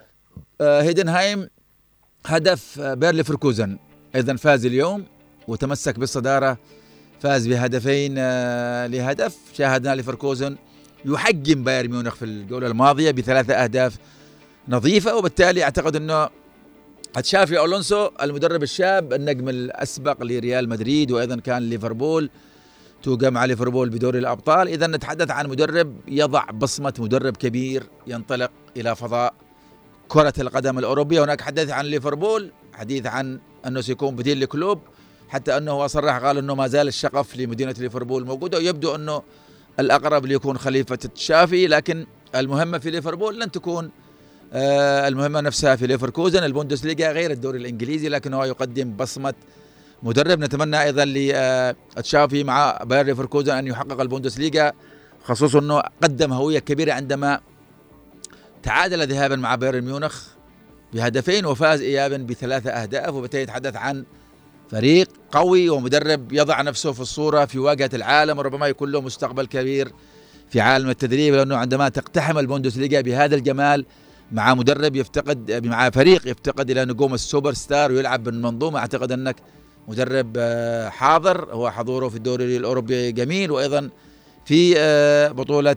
هيدنهايم هدف باير ليفركوزن أيضا فاز اليوم وتمسك بالصدارة، فاز بهدفين لهدف. شاهدنا ليفركوزن يحجم باير ميونخ في الجولة الماضية بثلاثة أهداف نظيفة، وبالتالي أعتقد أنه تشافي ألونسو المدرب الشاب النجم الأسبق لريال مدريد وأيضا كان ليفربول، توقع مع ليفربول بدوري الأبطال. إذا نتحدث عن مدرب يضع بصمة مدرب كبير ينطلق إلى فضاء كرة القدم الأوروبية. هناك حديث عن ليفربول، حديث عن أنه سيكون بديل لكلوب، حتى أنه صرح قال أنه ما زال الشغف لمدينة ليفربول موجودة، ويبدو أنه الأقرب ليكون خليفة تشافي. لكن المهمة في ليفربول لن تكون آه المهمة نفسها في ليفركوزن. البوندسليغا غير الدوري الإنجليزي، لكن هو يقدم بصمة مدرب. نتمنى أيضا لتشافي مع باير ليفركوزن أن يحقق البوندسليغا، خصوصا أنه قدم هوية كبيرة عندما تعادل ذهابا مع بايرن ميونخ بهدفين وفاز إيابا بثلاثة أهداف، وبالتالي يتحدث عن فريق قوي ومدرب يضع نفسه في الصورة في واجهة العالم، وربما يكون له مستقبل كبير في عالم التدريب، لأنه عندما تقتحم البوندسليغا بهذا الجمال مع مدرب يفتقد مع فريق يفتقد إلى نجوم السوبر ستار ويلعب بالمنظومة، أعتقد أنك مدرب حاضر. هو حضوره في الدوري الأوروبي جميل، وأيضا في بطولة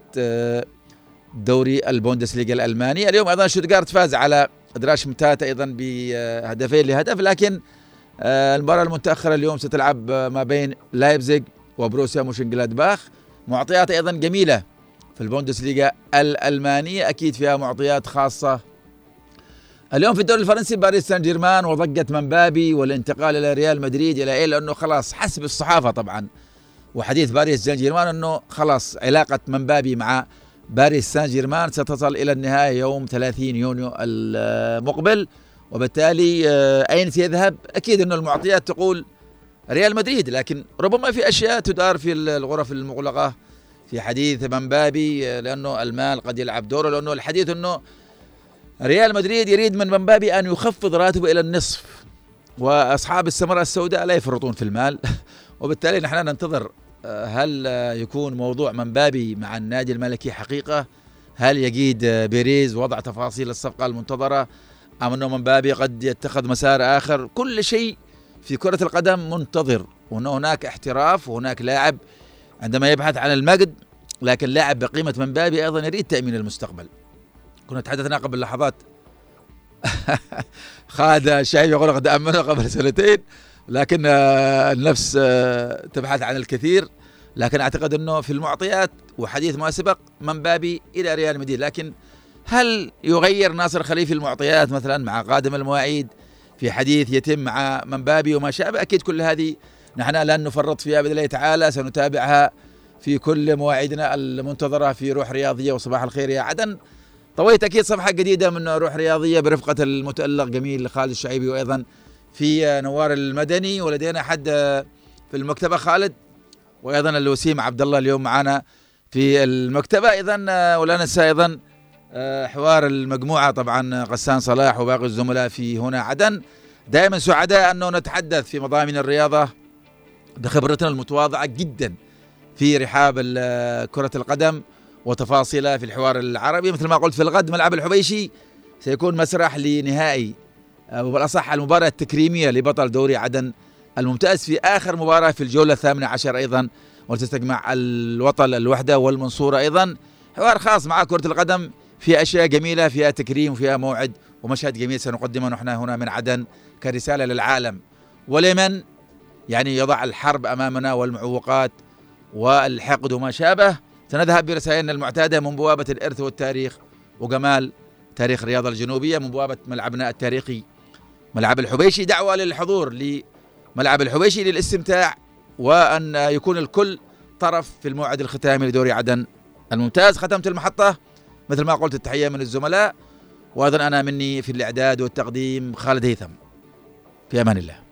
دوري البوندسليغا الألماني. اليوم أيضا شوتغارت فاز على دراش متاتا أيضا بهدفين لهدف، لكن المباراة المتأخرة اليوم ستلعب ما بين لايبزيغ وبروسيا موشنجلادباخ. معطيات أيضا جميلة في البوندسليغا الألمانية، أكيد فيها معطيات خاصة. اليوم في الدوري الفرنسي باريس سان جيرمان وضجت مبابي والانتقال إلى ريال مدريد إلى إيه، لأنه خلاص حسب الصحافة طبعا وحديث باريس سان جيرمان أنه خلاص علاقة مبابي مع باريس سان جيرمان ستصل إلى النهاية يوم ثلاثين يونيو المقبل، وبالتالي أين سيذهب؟ أكيد أنه المعطيات تقول ريال مدريد، لكن ربما في أشياء تدار في الغرف المغلقة في حديث مبابي، لأنه المال قد يلعب دوره، لأنه الحديث أنه ريال مدريد يريد من مبابي أن يخفض راتبه إلى النصف، وأصحاب السمرة السوداء لا يفرطون في المال، وبالتالي نحن ننتظر هل يكون موضوع مبابي مع النادي الملكي حقيقة؟ هل يجيد بيريز وضع تفاصيل الصفقة المنتظرة، أم أنه مبابي قد يتخذ مسار آخر؟ كل شيء في كرة القدم منتظر، وأن هناك احتراف وهناك لاعب عندما يبحث عن المجد، لكن لاعب بقيمة مبابي أيضا يريد تأمين المستقبل. كنا تحدثنا قبل لحظات خالد شايف يقول قد أمنه قبل سنتين، لكن النفس تبحث عن الكثير، لكن أعتقد أنه في المعطيات وحديث ما سبق مبابي إلى ريال مدريد. لكن هل يغير ناصر خليفي المعطيات مثلا مع قادم المواعيد في حديث يتم مع مبابي وما شابه؟ أكيد كل هذه نحن لن نفرط فيها بإذن الله تعالى، سنتابعها في كل مواعيدنا المنتظرة في روح رياضية وصباح الخير يا عدن. طويت أكيد صفحة جديدة من روح رياضية برفقة المتألق جميل خالد الشعيبي، وأيضا في نوار المدني، ولدينا أحد في المكتبة خالد، وأيضا الوسيم عبد الله اليوم معنا في المكتبة. أيضا ولا ننسى أيضا حوار المجموعة طبعا غسان صلاح وباقي الزملاء في هنا عدن. دائما سعداء أنه نتحدث في مضامين الرياضة بخبرتنا المتواضعة جدا في رحاب كرة القدم وتفاصيلها في الحوار العربي. مثل ما قلت في الغد ملعب الحبيشي سيكون مسرح لنهائي أو بالأصح المباراة التكريمية لبطل دوري عدن الممتاز في آخر مباراة في الجولة الثامنة عشر أيضا، وتستجمع الوطن الوحدة والمنصورة أيضا. حوار خاص مع كرة القدم في أشياء جميلة، فيها تكريم وفيها موعد ومشهد جميل سنقدمه نحن هنا من عدن كرسالة للعالم ولمن يعني يضع الحرب أمامنا والمعوقات والحقد وما شابه. سنذهب برسائلنا المعتادة من بوابة الإرث والتاريخ وجمال تاريخ الرياضة الجنوبية، من بوابة ملعبنا التاريخي ملعب الحبيشي. دعوة للحضور لملعب الحبيشي للاستمتاع وأن يكون الكل طرف في الموعد الختامي لدوري عدن الممتاز. ختمت المحطة مثل ما قلت، التحية من الزملاء، وأيضا أنا مني في الإعداد والتقديم خالد هيثم. في أمان الله.